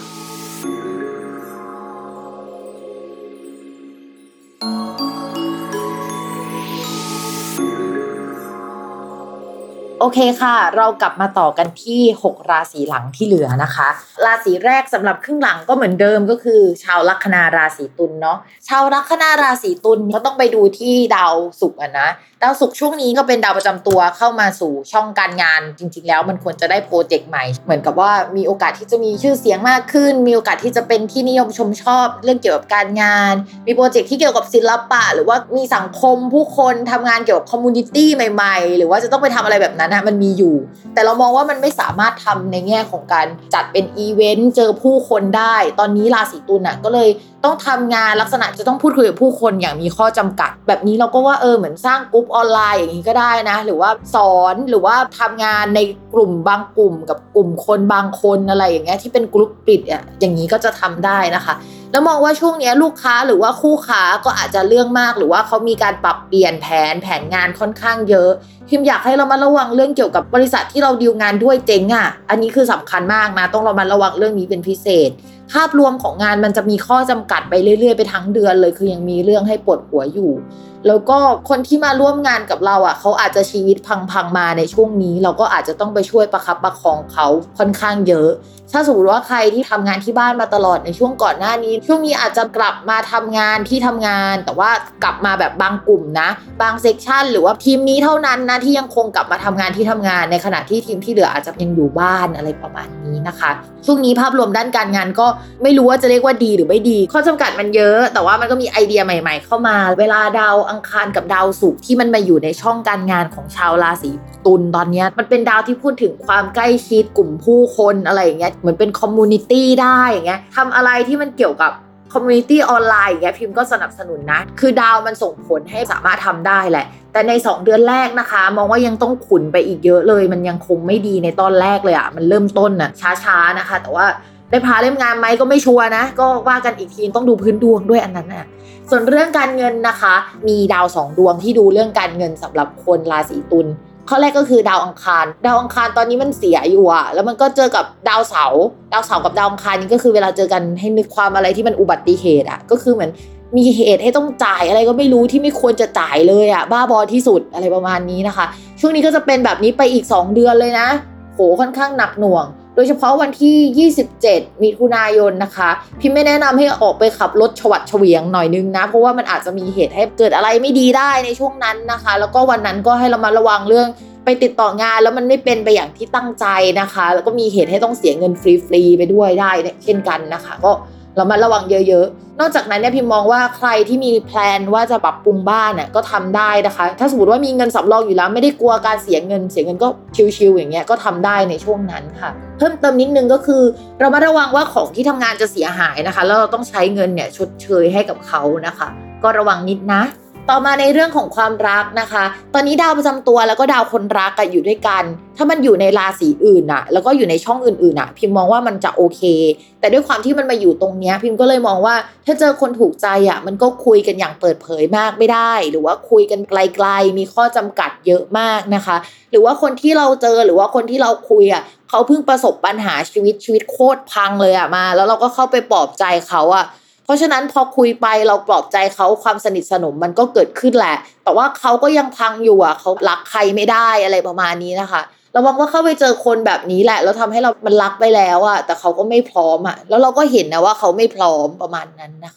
Speaker 3: โอเคค่ะเรากลับมาต่อกันที่หกราศีหลังที่เหลือนะคะราศีแรกสำหรับครึ่งหลังก็เหมือนเดิมก็คือชาวลัคนาราศีตุลเนาะชาวลัคนาราศีตุลก็ต้องไปดูที่ดาวศุกร์อ่ะนะดาวศุกร์ช่วงนี้ก็เป็นดาวประจำตัวเข้ามาสู่ช่องการงานจริงๆแล้วมันควรจะได้โปรเจกต์ใหม่เหมือนกับว่ามีโอกาสที่จะมีชื่อเสียงมากขึ้นมีโอกาสที่จะเป็นที่นิยมชมชอบเรื่องเกี่ยวกับการงานมีโปรเจกต์ที่เกี่ยวกับศิลปะหรือว่ามีสังคมผู้คนทำงานเกี่ยวกับคอมมูนิตี้ใหม่ๆหรือว่าจะต้องไปทำอะไรแบบนั้นนะมันมีอยู่แต่เรามองว่ามันไม่สามารถทำในแง่ของการจัดเป็นอีเวนต์เจอผู้คนได้ตอนนี้ราศีตุลน่ะก็เลยต้องทำงานลักษณะจะต้องพูดคุยกับผู้คนอย่างมีข้อจำกัดแบบนี้เราก็ว่าเออเหมือนสร้างกลุ่มออนไลน์อย่างนี้ก็ได้นะหรือว่าสอนหรือว่าทำงานในกลุ่มบางกลุ่มกับกลุ่มคนบางคนอะไรอย่างเงี้ยที่เป็นกลุ่มปิดอ่ะอย่างนี้ก็จะทำได้นะคะแล้วมองว่าช่วงนี้ลูกค้าหรือว่าคู่ค้าก็อาจจะเรื่องมากหรือว่าเขามีการปรับเปลี่ยนแผนแผนงานค่อนข้างเยอะพิมอยากให้เรามาระวังเรื่องเกี่ยวกับบริษัทที่เราดีลงานด้วยเจ๊งอ่ะอันนี้คือสำคัญมากนะต้องเรามาระวังเรื่องนี้เป็นพิเศษภาพรวมของงานมันจะมีข้อจำกัดไปเรื่อยๆไปทั้งเดือนเลยคือยังมีเรื่องให้ปวดหัวอยู่แล้วก็คนที่มาร่วมงานกับเราอ่ะเขาอาจจะชีวิตพังๆมาในช่วงนี้เราก็อาจจะต้องไปช่วยประคับประคองเขาค่อนข้างเยอะถ้าสมมติว่าใครที่ทำงานที่บ้านมาตลอดในช่วงก่อนหน้านี้ช่วงนี้อาจจะกลับมาทำงานที่ทำงานแต่ว่ากลับมาแบบบางกลุ่มนะบางเซกชันหรือว่าทีมนี้เท่านั้นนะที่ยังคงกลับมาทำงานที่ทำงานในขณะที่ทีมที่เหลืออาจจะยังอยู่บ้านอะไรประมาณนี้นะคะช่วงนี้ภาพรวมด้านการงานก็ไม่รู้ว่าจะเรียกว่าดีหรือไม่ดีข้อจำกัดมันเยอะแต่ว่ามันก็มีไอเดียใหม่ๆเข้ามาเวลาดาวอังคารกับดาวศุกร์ที่มันมาอยู่ในช่องการงานของชาวราศีตุลตอนนี้มันเป็นดาวที่พูดถึงความใกล้ชิดกลุ่มผู้คนอะไรอย่างเงี้ยเหมือนเป็นคอมมูนิตี้ได้อย่างเงี้ยทำอะไรที่มันเกี่ยวกับคอมมูนิตี้ออนไลน์อย่างเงี้ยพิมพ์ก็สนับสนุนนะคือดาวมันส่งผลให้สามารถทำได้แหละแต่ในสองเดือนแรกนะคะมองว่ายังต้องขุนไปอีกเยอะเลยมันยังคงไม่ดีในตอนแรกเลยอ่ะมันเริ่มต้นน่ะช้าๆนะคะแต่ว่าได้พาเล่มงานไหมก็ไม่ชัวร์นะก็ว่ากันอีกทีต้องดูพื้นดวงด้วยอันนั้นน่ะส่วนเรื่องการเงินนะคะมีดาวสองดวงที่ดูเรื่องการเงินสำหรับคนราศีตุลข้อแรกก็คือดาวอังคารดาวอังคารตอนนี้มันเสียอยู่อะแล้วมันก็เจอกับดาวเสาร์ดาวเสาร์กับดาวอังคารนี่ก็คือเวลาเจอกันให้นึกความอะไรที่มันอุบัติเหตุอะก็คือเหมือนมีเหตุให้ต้องจ่ายอะไรก็ไม่รู้ที่ไม่ควรจะจ่ายเลยอะบ้าบอที่สุดอะไรประมาณนี้นะคะช่วงนี้ก็จะเป็นแบบนี้ไปอีกสองเดือนเลยนะโหค่อนข้างหนักหน่วงโดยเฉพาะวันที่ยี่สิบเจ็ดมิถุนายนนะคะพี่ไม่แนะนำให้ออกไปขับรถฉวัดเฉวียงหน่อยนึงนะเพราะว่ามันอาจจะมีเหตุให้เกิดอะไรไม่ดีได้ในช่วงนั้นนะคะแล้วก็วันนั้นก็ให้เรามาระวังเรื่องไปติดต่องานแล้วมันไม่เป็นไปอย่างที่ตั้งใจนะคะแล้วก็มีเหตุให้ต้องเสียเงินฟรีๆไปด้วยได้เช่นกันนะคะก็เรามาระวังเยอะๆนอกจากนั้นเนี่ยพิมมองว่าใครที่มีแพลนว่าจะปรับปรุงบ้านน่ะก็ทำได้นะคะถ้าสมมติว่ามีเงินสำรองอยู่แล้วไม่ได้กลัวการเสียเงินเสียเงินก็ชิลๆอย่างเงี้ยก็ทำได้ในช่วงนั้นค่ะเพิ่มเติมนิดนึงก็คือเรามาระวังว่าของที่ทำงานจะเสียหายนะคะแล้วเราต้องใช้เงินเนี่ยชดเชยให้กับเขานะคะก็ระวังนิดนะต่อมาในเรื่องของความรักนะคะตอนนี้ดาวประจำตัวแล้วก็ดาวคนรักกันอยู่ด้วยกันถ้ามันอยู่ในราศีอื่นน่ะแล้วก็อยู่ในช่องอื่นๆน่ะพิมมองว่ามันจะโอเคแต่ด้วยความที่มันมาอยู่ตรงเนี้ยพิมก็เลยมองว่าถ้าเจอคนถูกใจอ่ะมันก็คุยกันอย่างเปิดเผยมากไม่ได้หรือว่าคุยกันไกลๆมีข้อจำกัดเยอะมากนะคะหรือว่าคนที่เราเจอหรือว่าคนที่เราคุยอ่ะเขาเพิ่งประสบปัญหาชีวิตชีวิตโคตรพังเลยอ่ะมาแล้วเราก็เข้าไปปลอบใจเขาอ่ะเพราะฉะนั้นพอคุยไปเราปลอบใจเขาความสนิทสนมมันก็เกิดขึ้นแหละแต่ว่าเขาก็ยังพังอยู่อ่ะเขารักใครไม่ได้อะไรประมาณนี้นะคะระวังว่าเข้าไปเจอคนแบบนี้แหละแล้วทำให้เรามันรักไปแล้วอ่ะแต่เขาก็ไม่พร้อมอ่ะแล้วเราก็เห็นนะว่าเขาไม่พร้อมประมาณนั้นนะคะ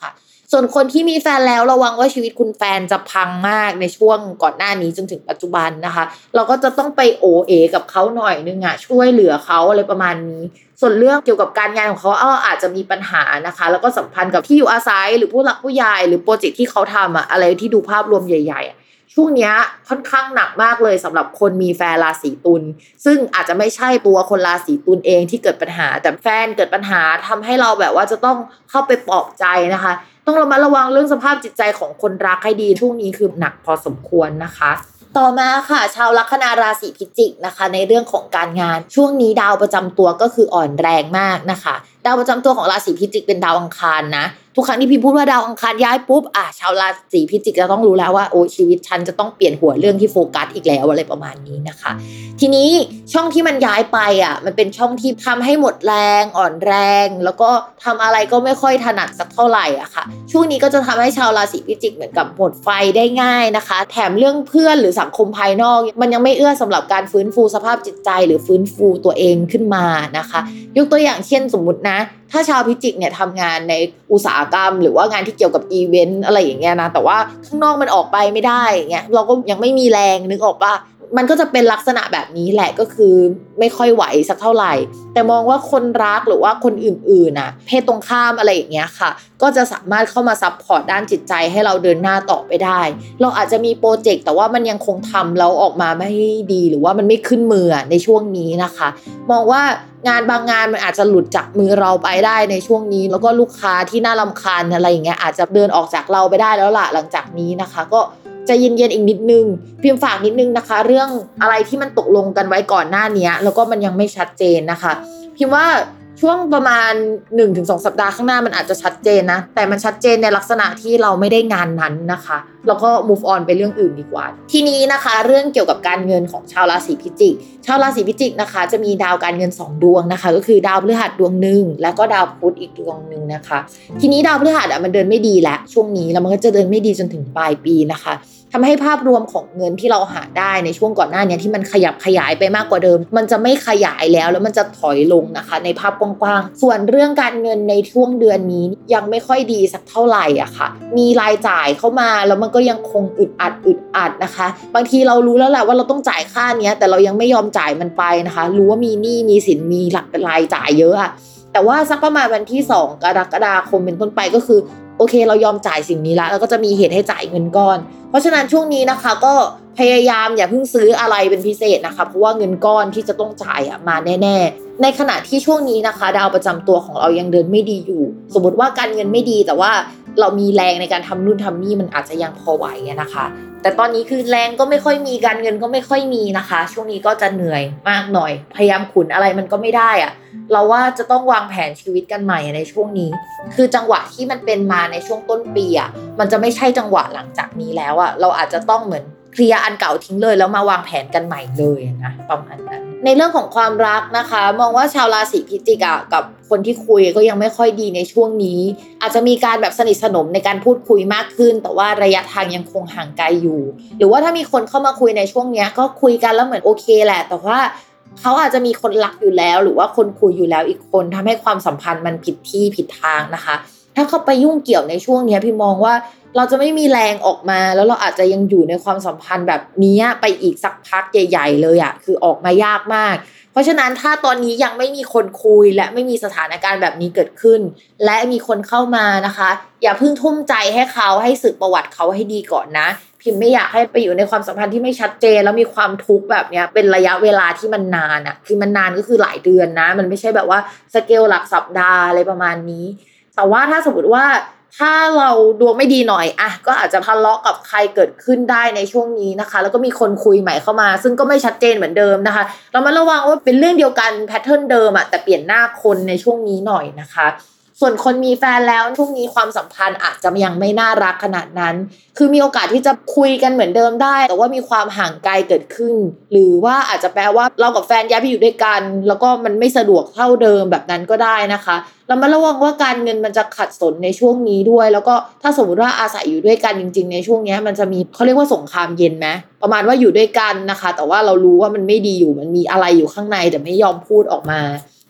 Speaker 3: ส่วนคนที่มีแฟนแล้วระวังว่าชีวิตคุณแฟนจะพังมากในช่วงก่อนหน้านี้จนถึงปัจจุบันนะคะเราก็จะต้องไปโอเอกับเขาหน่อยนึงอ่ะช่วยเหลือเขาอะไรประมาณนี้ส่วนเรื่องเกี่ยวกับการงานของเขาอาจจะมีปัญหานะคะแล้วก็สัมพันธ์กับที่อยู่อาศัยหรือผู้หลักผู้ใหญ่หรือโปรเจกต์ที่เขาทำอ่ะอะไรที่ดูภาพรวมใหญ่ๆช่วงนี้ค่อนข้างหนักมากเลยสำหรับคนมีแฟนราศีตุลซึ่งอาจจะไม่ใช่ตัวคนราศีตุลเองที่เกิดปัญหาแต่แฟนเกิดปัญหาทำให้เราแบบว่าจะต้องเข้าไปปลอบใจนะคะต้องระมัดระวังเรื่องสภาพจิตใจของคนรักให้ดีช่วงนี้คือหนักพอสมควรนะคะต่อมาค่ะชาวลัคนาราศีพิจิกนะคะในเรื่องของการงานช่วงนี้ดาวประจำตัวก็คืออ่อนแรงมากนะคะดาวประจำตัวของราศีพิจิกเป็นดาวอังคารนะทุกครั้งที่พี่พูดว่าดาวอังคารย้ายปุ๊บอ่ะชาวราศีพิจิกจะต้องรู้แล้วว่าโอ้ชีวิตฉันจะต้องเปลี่ยนหัวเรื่องที่โฟกัสอีกแล้วอะไรประมาณนี้นะคะทีนี้ช่องที่มันย้ายไปอ่ะมันเป็นช่องที่ทำให้หมดแรงอ่อนแรงแล้วก็ทำอะไรก็ไม่ค่อยถนัดสักเท่าไหร่อ่ะค่ะช่วงนี้ก็จะทำให้ชาวราศีพิจิกเหมือนกับหมดไฟได้ง่ายนะคะแถมเรื่องเพื่อนหรือสังคมภายนอกมันยังไม่เอื้อสำหรับการฟื้นฟูสภาพจิตใจหรือฟื้นฟูตัวเองขึ้นมานะคะยกตัวอย่างเช่นสมมุตินะถ้าชาวพิจิกเนี่ยทำงานในอุตสาหกรรมหรือว่างานที่เกี่ยวกับอีเวนต์อะไรอย่างเงี้ยนะแต่ว่าข้างนอกมันออกไปไม่ได้อย่างเงี้ยเราก็ยังไม่มีแรงนึกออกป่ะมันก็จะเป็นลักษณะแบบนี้แหละก็คือไม่ค่อยไหวสักเท่าไหร่แต่มองว่าคนรักหรือว่าคนอื่นๆน่ะเพศตรงข้ามอะไรอย่างเงี้ยค่ะก็จะสามารถเข้ามาซัพพอร์ตด้านจิตใจให้เราเดินหน้าต่อไปได้เราอาจจะมีโปรเจกต์แต่ว่ามันยังคงทำแล้วออกมาไม่ดีหรือว่ามันไม่ขึ้นมือในช่วงนี้นะคะมองว่างานบางงานมันอาจจะหลุดจากมือเราไปได้ในช่วงนี้แล้วก็ลูกค้าที่น่ารำคาญอะไรอย่างเงี้ยอาจจะเดินออกจากเราไปได้แล้วล่ะหลังจากนี้นะคะก็ใจเย็นๆอีกนิดนึงพิมพ์ฝากนิดนึงนะคะเรื่องอะไรที่มันตกลงกันไว้ก่อนหน้านี้แล้วก็มันยังไม่ชัดเจนนะคะพิมพ์ว่าช่วงประมาณ หนึ่งถึงสอง สัปดาห์ข้างหน้ามันอาจจะชัดเจนนะแต่มันชัดเจนในลักษณะที่เราไม่ได้งานนั้นนะคะแล้วก็ move on ไปเรื่องอื่นดีกว่าทีนี้นะคะเรื่องเกี่ยวกับการเงินของชาวราศีพิจิกชาวราศีพิจิกนะคะจะมีดาวการเงินสองดวงนะคะก็คือดาวพฤหัสดวงนึงแล้วก็ดาวพุธอีกดวงนึงนะคะทีนี้ดาวพฤหัสอ่ะมันเดินไม่ดีแล้วช่วงนี้แล้วมันก็จะเดินไม่ดีจนถึงปลายปีนะคะทำให้ภาพรวมของเงินที่เราหาได้ในช่วงก่อนหน้านี้ที่มันขยับขยายไปมากกว่าเดิมมันจะไม่ขยายแล้วแล้วมันจะถอยลงนะคะในภาพกว้างๆส่วนเรื่องการเงินในช่วงเดือนนี้ยังไม่ค่อยดีสักเท่าไหร่อะค่ะมีรายจ่ายเข้ามาแล้วมันก็ยังคงอึดอัดอึดอัดนะคะบางทีเรารู้แล้วแหละว่าเราต้องจ่ายค่านี้แต่เรายังไม่ยอมจ่ายมันไปนะคะรู้ว่ามีหนี้มีสินมีหลักรายจ่ายเยอะอะแต่ว่าสักประมาณวันที่สองกรกฎาคมเป็นต้นไปก็คือโอเคเรายอมจ่ายสิ่งนี้ละแล้วก็จะมีเหตุให้จ่ายเงินก้อนเพราะฉะนั้นช่วงนี้นะคะก็พยายามอย่าเพิ่งซื้ออะไรเป็นพิเศษนะคะเพราะว่าเงินก้อนที่จะต้องจ่ายอ่ะมาแน่ๆในขณะที่ช่วงนี้นะคะดาวประจำตัวของเรายังเดินไม่ดีอยู่สมมติว่าการเงินไม่ดีแต่ว่าเรามีแรงในการทำนู่นทำนี่มันอาจจะยังพอไหวนะคะแต่ตอนนี้คือแรงก็ไม่ค่อยมีการเงินก็ไม่ค่อยมีนะคะช่วงนี้ก็จะเหนื่อยมากหน่อยพยายามขุนอะไรมันก็ไม่ได้อะเราว่าจะต้องวางแผนชีวิตกันใหม่ในช่วงนี้คือจังหวะที่มันเป็นมาในช่วงต้นปีอ่ะมันจะไม่ใช่จังหวะหลังจากนี้แล้วอ่ะเราอาจจะต้องเหมือนเคลียร์อันเก่าทิ้งเลยแล้วมาวางแผนกันใหม่เลยนะประมาณนั้นในเรื่องของความรักนะคะมองว่าชาวราศีพิจิกอ่ะกับคนที่คุยก็ยังไม่ค่อยดีในช่วงนี้อาจจะมีการแบบสนิทสนมในการพูดคุยมากขึ้นแต่ว่าระยะทางยังคงห่างไกลอยู่หรือว่าถ้ามีคนเข้ามาคุยในช่วงนี้ก็คุยกันแล้วเหมือนโอเคแหละแต่ว่าเขาอาจจะมีคนรักอยู่แล้วหรือว่าคนคุยอยู่แล้วอีกคนทำให้ความสัมพันธ์มันผิดที่ผิดทางนะคะถ้าเข้าไปยุ่งเกี่ยวในช่วงนี้พี่มองว่าเราจะไม่มีแรงออกมาแล้วเราอาจจะยังอยู่ในความสัมพันธ์แบบนี้ไปอีกสักพักใหญ่ๆเลยอ่ะคือออกมายากมากเพราะฉะนั้นถ้าตอนนี้ยังไม่มีคนคุยและไม่มีสถานการณ์แบบนี้เกิดขึ้นและมีคนเข้ามานะคะอย่าเพิ่งทุ่มใจให้เขาให้สืบประวัติเขาให้ดีก่อนนะพิมไม่อยากให้ไปอยู่ในความสัมพันธ์ที่ไม่ชัดเจนแล้วมีความทุกข์แบบนี้เป็นระยะเวลาที่มันนานอ่ะคือมันนานก็คือหลายเดือนนะมันไม่ใช่แบบว่าสเกลหลักสัปดาห์อะไรประมาณนี้แต่ว่าถ้าสมมติว่าถ้าเราดวงไม่ดีหน่อยอ่ะก็อาจจะทะเลาะกับใครเกิดขึ้นได้ในช่วงนี้นะคะแล้วก็มีคนคุยใหม่เข้ามาซึ่งก็ไม่ชัดเจนเหมือนเดิมนะคะเรามาระวังว่าเป็นเรื่องเดียวกันแพทเทิร์นเดิมอ่ะแต่เปลี่ยนหน้าคนในช่วงนี้หน่อยนะคะส่วนคนมีแฟนแล้วช่วงนี้ความสัมพันธ์อาจจะยังไม่น่ารักขนาดนั้นคือมีโอกาสที่จะคุยกันเหมือนเดิมได้แต่ว่ามีความห่างไกลเกิดขึ้นหรือว่าอาจจะแปลว่าเรากับแฟนย้ายไปอยู่ด้วยกันแล้วก็มันไม่สะดวกเท่าเดิมแบบนั้นก็ได้นะคะเรามาระวังว่าการเงินมันจะขัดสนในช่วงนี้ด้วยแล้วก็ถ้าสมมติว่าอาศัยอยู่ด้วยกันจริงๆในช่วงนี้มันจะมีเขาเรียกว่าสงครามเย็นไหมประมาณว่าอยู่ด้วยกันนะคะแต่ว่าเรารู้ว่ามันไม่ดีอยู่มันมีอะไรอยู่ข้างในแต่ไม่ยอมพูดออกมา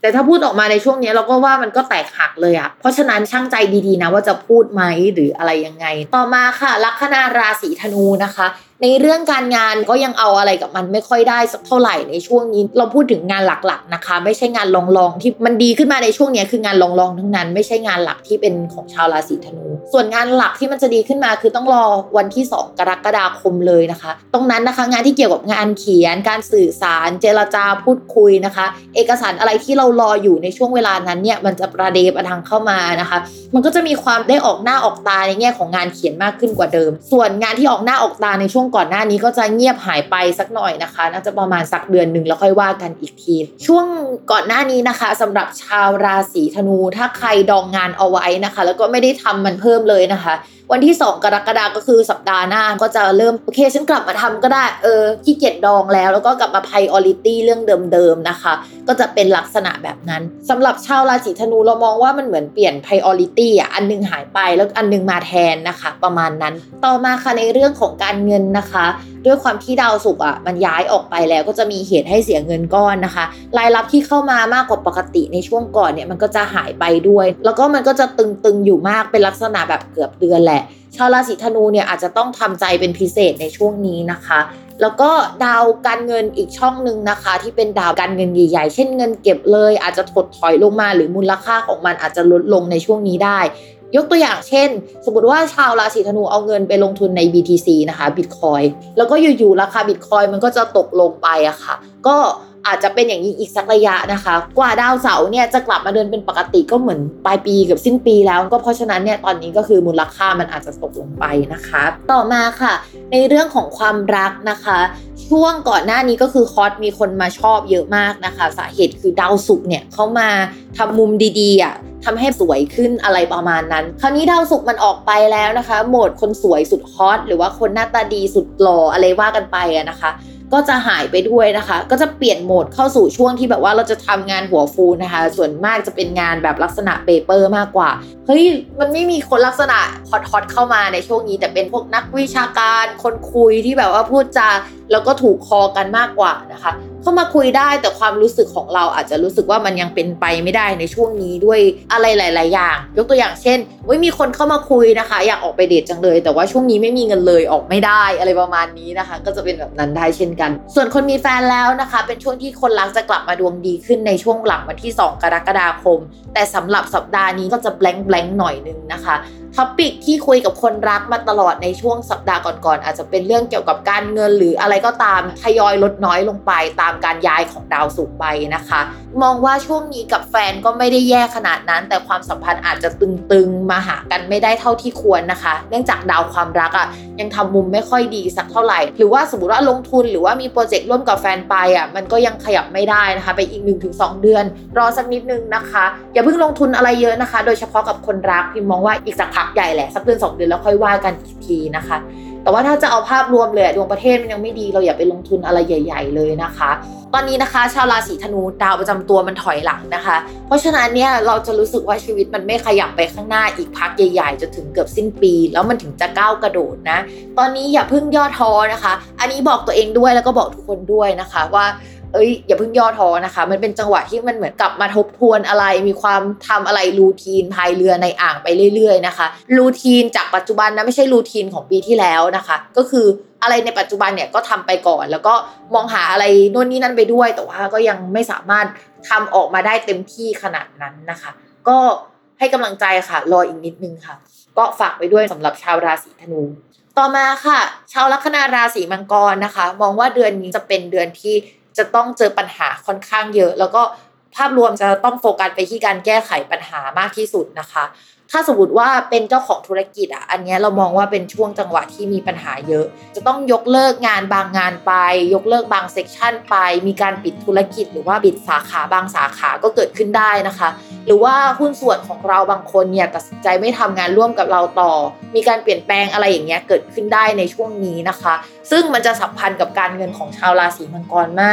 Speaker 3: แต่ถ้าพูดออกมาในช่วงนี้เราก็ว่ามันก็แตกหักเลยอ่ะเพราะฉะนั้นช่างใจดีๆนะว่าจะพูดไหมหรืออะไรยังไงต่อมาค่ะลัคนาราศีธนูนะคะในเรื่องการงานก็ยังเอาอะไรกับมันไม่ค่อยได้สักเท่าไหร่ในช่วงนี้เราพูดถึงงานหลักๆนะคะไม่ใช่งานรองๆที่มันดีขึ้นมาในช่วงนี้คืองานรองๆทั้งนั้นไม่ใช่งานหลักที่เป็นของชาวราศีธนูส่วนงานหลักที่มันจะดีขึ้นมาคือต้องรอวันที่สองกรกฎาคมเลยนะคะตรงนั้นนะคะงานที่เกี่ยวกับงานเขียนการสื่อสารเจรจาพูดคุยนะคะเอกสารอะไรที่เรารออยู่ในช่วงเวลานั้นเนี่ยมันจะประเดประดังเข้ามานะคะมันก็จะมีความได้ออกหน้าออกตาในแง่ของงานเขียนมากขึ้นกว่าเดิมส่วนงานที่ออกหน้าออกตาในช่วงก่อนหน้านี้ก็จะเงียบหายไปสักหน่อยนะคะน่าจะประมาณสักเดือนนึงแล้วค่อยว่ากันอีกทีช่วงก่อนหน้านี้นะคะสำหรับชาวราศีธนูถ้าใครดองงานเอาไว้นะคะแล้วก็ไม่ได้ทำมันเพิ่มเลยนะคะวันที่สองกรกฎาคมก็คือสัปดาห์หน้าก็จะเริ่มโอเคฉันกลับมาทำก็ได้เออขี้เกียจดองแล้วแล้วก็กลับมา priority เรื่องเดิมๆนะคะก็จะเป็นลักษณะแบบนั้นสำหรับชาวราศีธนูเรามองว่ามันเหมือนเปลี่ยน priority อ่ะอันนึงหายไปแล้วอันนึงมาแทนนะคะประมาณนั้นต่อมาค่ะในเรื่องของการเงินนะคะด้วยความที่ดาวศุกร์อ่ะมันย้ายออกไปแล้วก็จะมีเหตุให้เสียเงินก้อนนะคะรายรับที่เข้ามามากกว่าปกติในช่วงก่อนเนี่ยมันก็จะหายไปด้วยแล้วก็มันก็จะตึงๆอยู่มากเป็นลักษณะแบบเกือบเดือนแหละชาวราศีธนูเนี่ยอาจจะต้องทำใจเป็นพิเศษในช่วงนี้นะคะแล้วก็ดาวการเงินอีกช่องนึงนะคะที่เป็นดาวการเงินใหญ่ๆเช่นเงินเก็บเลยอาจจะถดถอยลงมาหรือมูลค่าของมันอาจจะลดลงในช่วงนี้ได้ยกตัวอย่างเช่นสมมติว่าชาวราศีธนูเอาเงินไปลงทุนใน บี ที ซี นะคะ Bitcoin แล้วก็อยู่ๆราคา Bitcoin มันก็จะตกลงไปอะค่ะก็อาจจะเป็นอย่างนี้อีกสักระยะนะคะกว่าดาวเสาร์เนี่ยจะกลับมาเดินเป็นปกติก็เหมือนปลายปีกับสิ้นปีแล้วก็เพราะฉะนั้นเนี่ยตอนนี้ก็คือมูลค่ามันอาจจะตกลงไปนะคะต่อมาค่ะในเรื่องของความรักนะคะช่วงก่อนหน้านี้ก็คือคอสมีคนมาชอบเยอะมากนะคะสาเหตุคือดาวศุกร์เนี่ยเขามาทำมุมดีๆอ่ะทำให้สวยขึ้นอะไรประมาณนั้นคราวนี้ดาวศุกร์มันออกไปแล้วนะคะโหมดคนสวยสุดฮอตหรือว่าคนหน้าตาดีสุดหล่ออะไรว่ากันไปอะนะคะก็จะหายไปด้วยนะคะก็จะเปลี่ยนโหมดเข้าสู่ช่วงที่แบบว่าเราจะทำงานหัวฟูนะคะส่วนมากจะเป็นงานแบบลักษณะเปเปอร์มากกว่าเฮ้ยมันไม่มีคนลักษณะฮอตๆเข้ามาในช่วงนี้แต่เป็นพวกนักวิชาการคนคุยที่แบบว่าพูดจาแล้วก็ถูกคอกันมากกว่านะคะเข้ามาคุยได้แต่ความรู้สึกของเราอาจจะรู้สึกว่ามันยังเป็นไปไม่ได้ในช่วงนี้ด้วยอะไรหลายๆอย่างยกตัวอย่างเช่นว่ามีคนเข้ามาคุยนะคะอยากออกไปเดทจังเลยแต่ว่าช่วงนี้ไม่มีเงินเลยออกไม่ได้อะไรประมาณนี้นะคะก็จะเป็นแบบนั้นได้เช่นกันส่วนคนมีแฟนแล้วนะคะเป็นช่วงที่คนรักจะกลับมาดวงดีขึ้นในช่วงหลังวันที่สองกรกฎาคมแต่สำหรับสัปดาห์นี้ก็จะแบงค์แบงค์หน่อยนึงนะคะท็อปิกที่คุยกับคนรักมาตลอดในช่วงสัปดาห์ก่อนๆอาจจะเป็นเรื่องเกี่ยวกับการเงินหรืออะไรก็ตามทยอยลดน้อยลงไปตามการย้ายของดาวศุกร์ไปนะคะมองว่าช่วงนี้กับแฟนก็ไม่ได้แย่ขนาดนั้นแต่ความสัมพันธ์อาจจะตึงๆมาหากันไม่ได้เท่าที่ควรนะคะเนื่องจากดาวความรักอ่ะยังทำมุมไม่ค่อยดีสักเท่าไหร่หรือว่าสมมติว่าลงทุนหรือว่ามีโปรเจกต์ร่วมกับแฟนไปอ่ะมันก็ยังขยับไม่ได้นะคะไปอีก หนึ่งถึงสอง เดือนรอสักนิดนึงนะคะอย่าเพิ่งลงทุนอะไรเยอะนะคะโดยเฉพาะกับคนรักพิมมองว่าอีกสักพักใหญ่แหละสักเดือนสองเดือนแล้วค่อยว่ากันอีกทีนะคะแต่ว่าถ้าจะเอาภาพรวมเลยดวงประเทศมันยังไม่ดีเราอย่าไปลงทุนอะไรใหญ่ๆเลยนะคะตอนนี้นะคะชาวราศีธนูดาวประจำตัวมันถอยหลังนะคะเพราะฉะนั้นเนี่ยเราจะรู้สึกว่าชีวิตมันไม่ขยับไปข้างหน้าอีกพักใหญ่ๆจนถึงเกือบสิ้นปีแล้วมันถึงจะก้าวกระโดดนะตอนนี้อย่าเพิ่งย่อท้อนะคะอันนี้บอกตัวเองด้วยแล้วก็บอกทุกคนด้วยนะคะว่าเอ้ยอย่าเพิ่งย่อท้อนะคะมันเป็นจังหวะที่มันเหมือนกลับมาทบทวนอะไรมีความทำอะไรรูทีนพายเรือในอ่างไปเรื่อยๆนะคะรูทีนจากปัจจุบันนะไม่ใช่รูทีนของปีที่แล้วนะคะก็คืออะไรในปัจจุบันเนี่ยก็ทำไปก่อนแล้วก็มองหาอะไรโน่นนี่นั่นไปด้วยแต่ว่าก็ยังไม่สามารถทำออกมาได้เต็มที่ขนาดนั้นนะคะก็ให้กำลังใจค่ะรออีกนิดนึงค่ะก็ฝากไปด้วยสำหรับชาวราศีธนูต่อมาค่ะชาวลัคนาราศีมังกรนะคะมองว่าเดือนนี้จะเป็นเดือนที่จะต้องเจอปัญหาค่อนข้างเยอะแล้วก็ภาพรวมจะต้องโฟกัสไปที่การแก้ไขปัญหามากที่สุดนะคะถ้าสมมติว่าเป็นเจ้าของธุรกิจอ่ะอันนี้เรามองว่าเป็นช่วงจังหวะที่มีปัญหาเยอะจะต้องยกเลิกงานบางงานไปยกเลิกบางเซกชันไปมีการปิดธุรกิจหรือว่าปิดสาขาบางสาขาก็เกิดขึ้นได้นะคะหรือว่าหุ้นส่วนของเราบางคนเนี่ยตัดสินใจไม่ทำงานร่วมกับเราต่อมีการเปลี่ยนแปลงอะไรอย่างเงี้ยเกิดขึ้นได้ในช่วงนี้นะคะซึ่งมันจะสัมพันธ์กับการเงินของชาวราศีมังกรมาก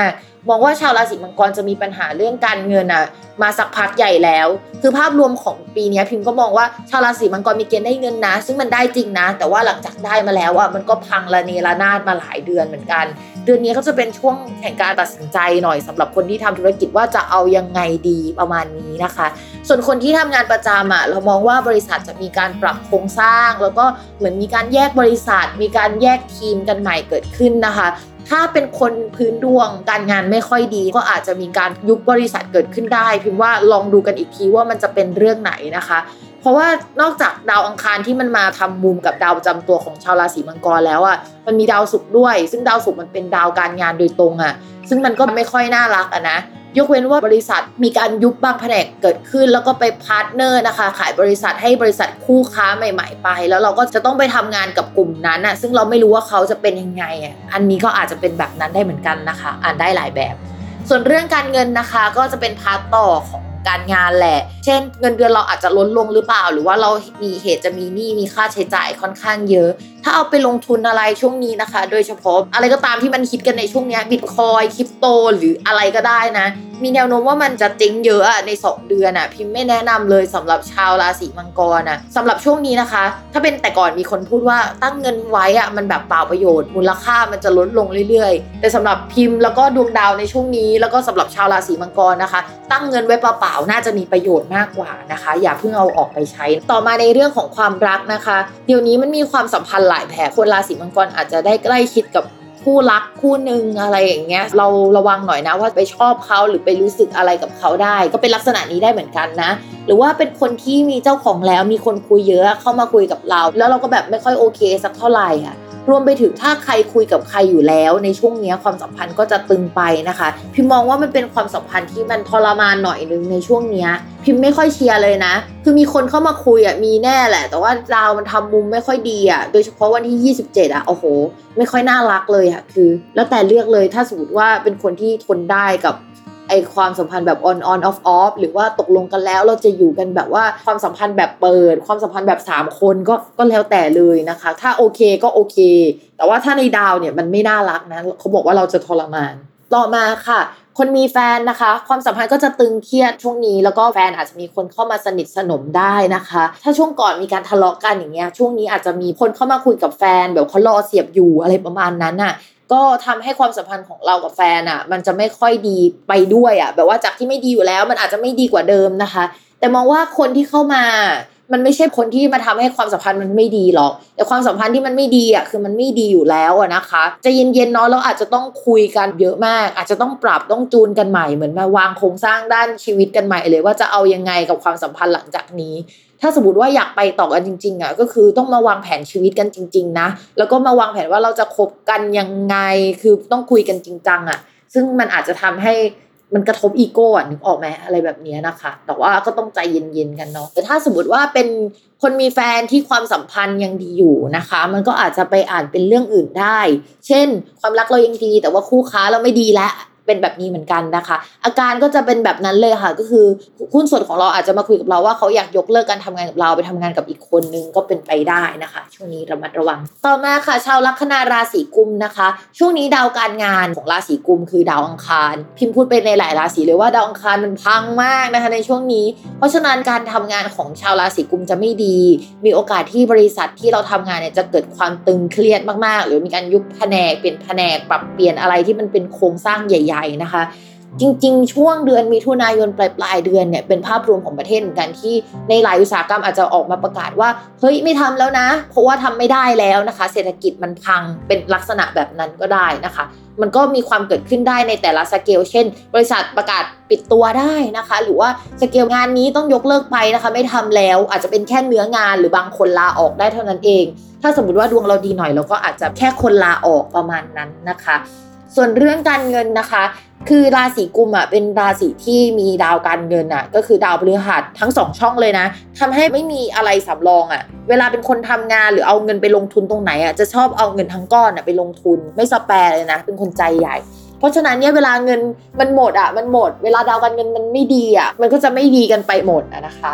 Speaker 3: มองว่าชาวราศีมังกรจะมีปัญหาเรื่องการเงินอ่ะมาสักพักใหญ่แล้วคือภาพรวมของปีนี้พิมพ์ก็มองว่าชาวราศีมังกรมีเกณฑ์ได้เงินนะซึ่งมันได้จริงนะแต่ว่าหลังจากได้มาแล้วอ่ะมันก็พังระเนระนาดมาหลายเดือนเหมือนกันเดือนนี้ก็จะเป็นช่วงแห่งการตัดสินใจหน่อยสำหรับคนที่ทำธุรกิจว่าจะเอายังไงดีประมาณนี้นะคะส่วนคนที่ทำงานประจำอ่ะเรามองว่าบริษัทจะมีการปรับโครงสร้างแล้วก็เหมือนมีการแยกบริษัทมีการแยกทีมกันใหม่เกิดขึ้นนะคะถ้าเป็นคนพื้นดวงการงานไม่ค่อยดีก็อาจจะมีการยุบบริษัทเกิดขึ้นได้พิมพ์ว่าลองดูกันอีกทีว่ามันจะเป็นเรื่องไหนนะคะเพราะว่านอกจากดาวอังคารที่มันมาทำมุมกับดาวประจำตัวของชาวราศีมังกรแล้วอ่ะมันมีดาวศุกร์ด้วยซึ่งดาวศุกร์มันเป็นดาวการงานโดยตรงอ่ะซึ่งมันก็ไม่ค่อยน่ารักอ่ะนะยกเว้นว่าบริษัทมีการยุบบางแผนกเกิดขึ้นแล้วก็ไปพาร์ทเนอร์นะคะขายบริษัทให้บริษัทคู่ค้าใหม่ๆไปแล้วเราก็จะต้องไปทำงานกับกลุ่มนั้นน่ะซึ่งเราไม่รู้ว่าเขาจะเป็นยังไงอ่ะอันนี้ก็อาจจะเป็นแบบนั้นได้เหมือนกันนะคะอ่านได้หลายแบบส่วนเรื่องการเงินนะคะก็จะเป็นพาร์ทต่อของการงานแหละเช่นเงินเดือนเราอาจจะลดลงหรือเปล่าหรือว่าเรามีเหตุจะมีหนี้มีค่าใช้จ่ายค่อนข้างเยอะถ้าเอาไปลงทุนอะไรช่วงนี้นะคะโดยเฉพาะอะไรก็ตามที่มันฮิตกันในช่วงนี้บิตคอยน์คริปโตหรืออะไรก็ได้นะมีแนวโน้มว่ามันจะเจ๊งเยอะในสองเดือนอ่ะพิมไม่แนะนำเลยสำหรับชาวราศีมังกรอ่ะสำหรับช่วงนี้นะคะถ้าเป็นแต่ก่อนมีคนพูดว่าตั้งเงินไว้อ่ะมันแบบเปล่าประโยชน์มูลค่ามันจะลดลงเรื่อยๆแต่สำหรับพิมแล้วก็ดวงดาวในช่วงนี้แล้วก็สำหรับชาวราศีมังกรนะคะตั้งเงินไว้เปล่าๆน่าจะมีประโยชน์มากกว่านะคะอย่าเพิ่งเอาออกไปใช้ต่อมาในเรื่องของความรักนะคะเดี๋ยวนี้มันมีความสัมพันธ์หลายแบบคนราศีมังกรอาจจะได้ใกล้ชิดกับคู่รักคู่นึงอะไรอย่างเงี้ยเราระวังหน่อยนะว่าไปชอบเขาหรือไปรู้สึกอะไรกับเขาได้ก็เป็นลักษณะนี้ได้เหมือนกันนะหรือว่าเป็นคนที่มีเจ้าของแล้วมีคนคุยเยอะเข้ามาคุยกับเราแล้วเราก็แบบไม่ค่อยโอเคสักเท่าไหร่อ่ะรวมไปถึงถ้าใครคุยกับใครอยู่แล้วในช่วงนี้ความสัมพันธ์ก็จะตึงไปนะคะพิมมองว่ามันเป็นความสัมพันธ์ที่มันทรมานหน่อยนึงในช่วงนี้พิมไม่ค่อยเชียร์เลยนะคือมีคนเข้ามาคุยอ่ะมีแน่แหละแต่ว่าดาวมันทำมุมไม่ค่อยดีอ่ะโดยเฉพาะวันที่ยี่สิบเจ็ดอ่ะโอ้โหไม่ค่อยน่ารักเลยอ่ะคือแล้วแต่เลือกเลยถ้าสมมติว่าเป็นคนที่ทนได้กับไอความสัมพันธ์แบบ on on off off หรือว่าตกลงกันแล้วเราจะอยู่กันแบบว่าความสัมพันธ์แบบเปิดความสัมพันธ์แบบสามคนก็ก็แล้วแต่เลยนะคะถ้าโอเคก็โอเคแต่ว่าถ้าในดาวเนี่ยมันไม่น่ารักนะเขาบอกว่าเราจะทรมานต่อมาค่ะคนมีแฟนนะคะความสัมพันธ์ก็จะตึงเครียดช่วงนี้แล้วก็แฟนอาจจะมีคนเข้ามาสนิทสนมได้นะคะถ้าช่วงก่อนมีการทะเลาะกันอย่างเงี้ยช่วงนี้อาจจะมีคนเข้ามาคุยกับแฟนแบบเขารอเสียบอยู่อะไรประมาณนั้นน่ะก็ทำให้ความสัมพันธ์ของเรากับแฟนอ่ะมันจะไม่ค่อยดีไปด้วยอ่ะแบบว่าจากที่ไม่ดีอยู่แล้วมันอาจจะไม่ดีกว่าเดิมนะคะแต่มองว่าคนที่เข้ามามันไม่ใช่คนที่มาทำให้ความสัมพันธ์มันไม่ดีหรอกแต่ความสัมพันธ์ที่มันไม่ดีอ่ะคือมันไม่ดีอยู่แล้วอ่ะนะคะใจเย็นๆเนาะแล้วอาจจะต้องคุยกันเยอะมากอาจจะต้องปรับต้องจูนกันใหม่เหมือนมาวางโครงสร้างด้านชีวิตกันใหม่เลยว่าจะเอายังไงกับความสัมพันธ์หลังจากนี้ถ้าสมมติว่าอยากไปต่อกันจริงๆอ่ะก็คือต้องมาวางแผนชีวิตกันจริงๆนะแล้วก็มาวางแผนว่าเราจะคบกันยังไงคือต้องคุยกันจริงจังอ่ะซึ่งมันอาจจะทำให้มันกระทบอีโก้อ่ะนึกออกไหมอะไรแบบนี้นะคะแต่ว่าก็ต้องใจเย็นๆกันเนาะแต่ถ้าสมมติว่าเป็นคนมีแฟนที่ความสัมพันธ์ยังดีอยู่นะคะมันก็อาจจะไปอ่านเป็นเรื่องอื่นได้เช่นความรักเรายังดีแต่ว่าคู่ค้าเราไม่ดีแล้วเป็นแบบนี้เหมือนกันนะคะอาการก็จะเป็นแบบนั้นเลยค่ะก็คือหุ้นส่วนของเราอาจจะมาคุยกับเราว่าเขาอยากยกเลิกการทำงานกับเราไปทำงานกับอีกคนนึงก็เป็นไปได้นะคะช่วงนี้ระมัดระวังต่อมาค่ะชาวลัคนาราศีกุมนะคะช่วงนี้ดาวการงานของราศีกุมคือดาวอังคารพิมพ์พูดไปในหลายราศีเลยว่าดาวอังคารมันพังมากนะคะในช่วงนี้เพราะฉะนั้นการทำงานของชาวราศีกุมจะไม่ดีมีโอกาสที่บริษัทที่เราทำงานเนี่ยจะเกิดความตึงเครียดมากๆหรือมีการยุบแผนกเปลี่ยนแผนกปรับเปลี่ยนอะไรที่มันเป็นโครงสร้างใหญ่ๆนะคะจริงๆช่วงเดือนมิถุนายนปลายๆเดือนเนี่ยเป็นภาพรวมของประเทศเหมือนกันที่ในหลายอุตสาหกรรมอาจจะออกมาประกาศว่าเฮ้ยไม่ทำแล้วนะเพราะว่าทำไม่ได้แล้วนะคะเศรษฐกิจมันพังเป็นลักษณะแบบนั้นก็ได้นะคะมันก็มีความเกิดขึ้นได้ในแต่ละสเกลเช่นบริษัทประกาศปิดตัวได้นะคะหรือว่าสเกลงานนี้ต้องยกเลิกไปนะคะไม่ทำแล้วอาจจะเป็นแค่เนื้องานหรือบางคนลาออกได้เท่านั้นเองถ้าสมมติว่าดวงเราดีหน่อยเราก็อาจจะแค่คนลาออกประมาณนั้นนะคะส่วนเรื่องการเงินนะคะคือราศีกุมอ่ะเป็นราศีที่มีดาวการเงินอ่ะก็คือดาวพฤหัสทั้งสองช่องเลยนะทำให้ไม่มีอะไรสำรองอ่ะเวลาเป็นคนทำงานหรือเอาเงินไปลงทุนตรงไหนอ่ะจะชอบเอาเงินทั้งก้อนอ่ะไปลงทุนไม่สแปร์เลยนะเป็นคนใจใหญ่เพราะฉะนั้นเนี่ยเวลาเงินมันหมดอ่ะมันหมดเวลาดาวการเงินมันไม่ดีอ่ะมันก็จะไม่ดีกันไปหมดอ่ะนะคะ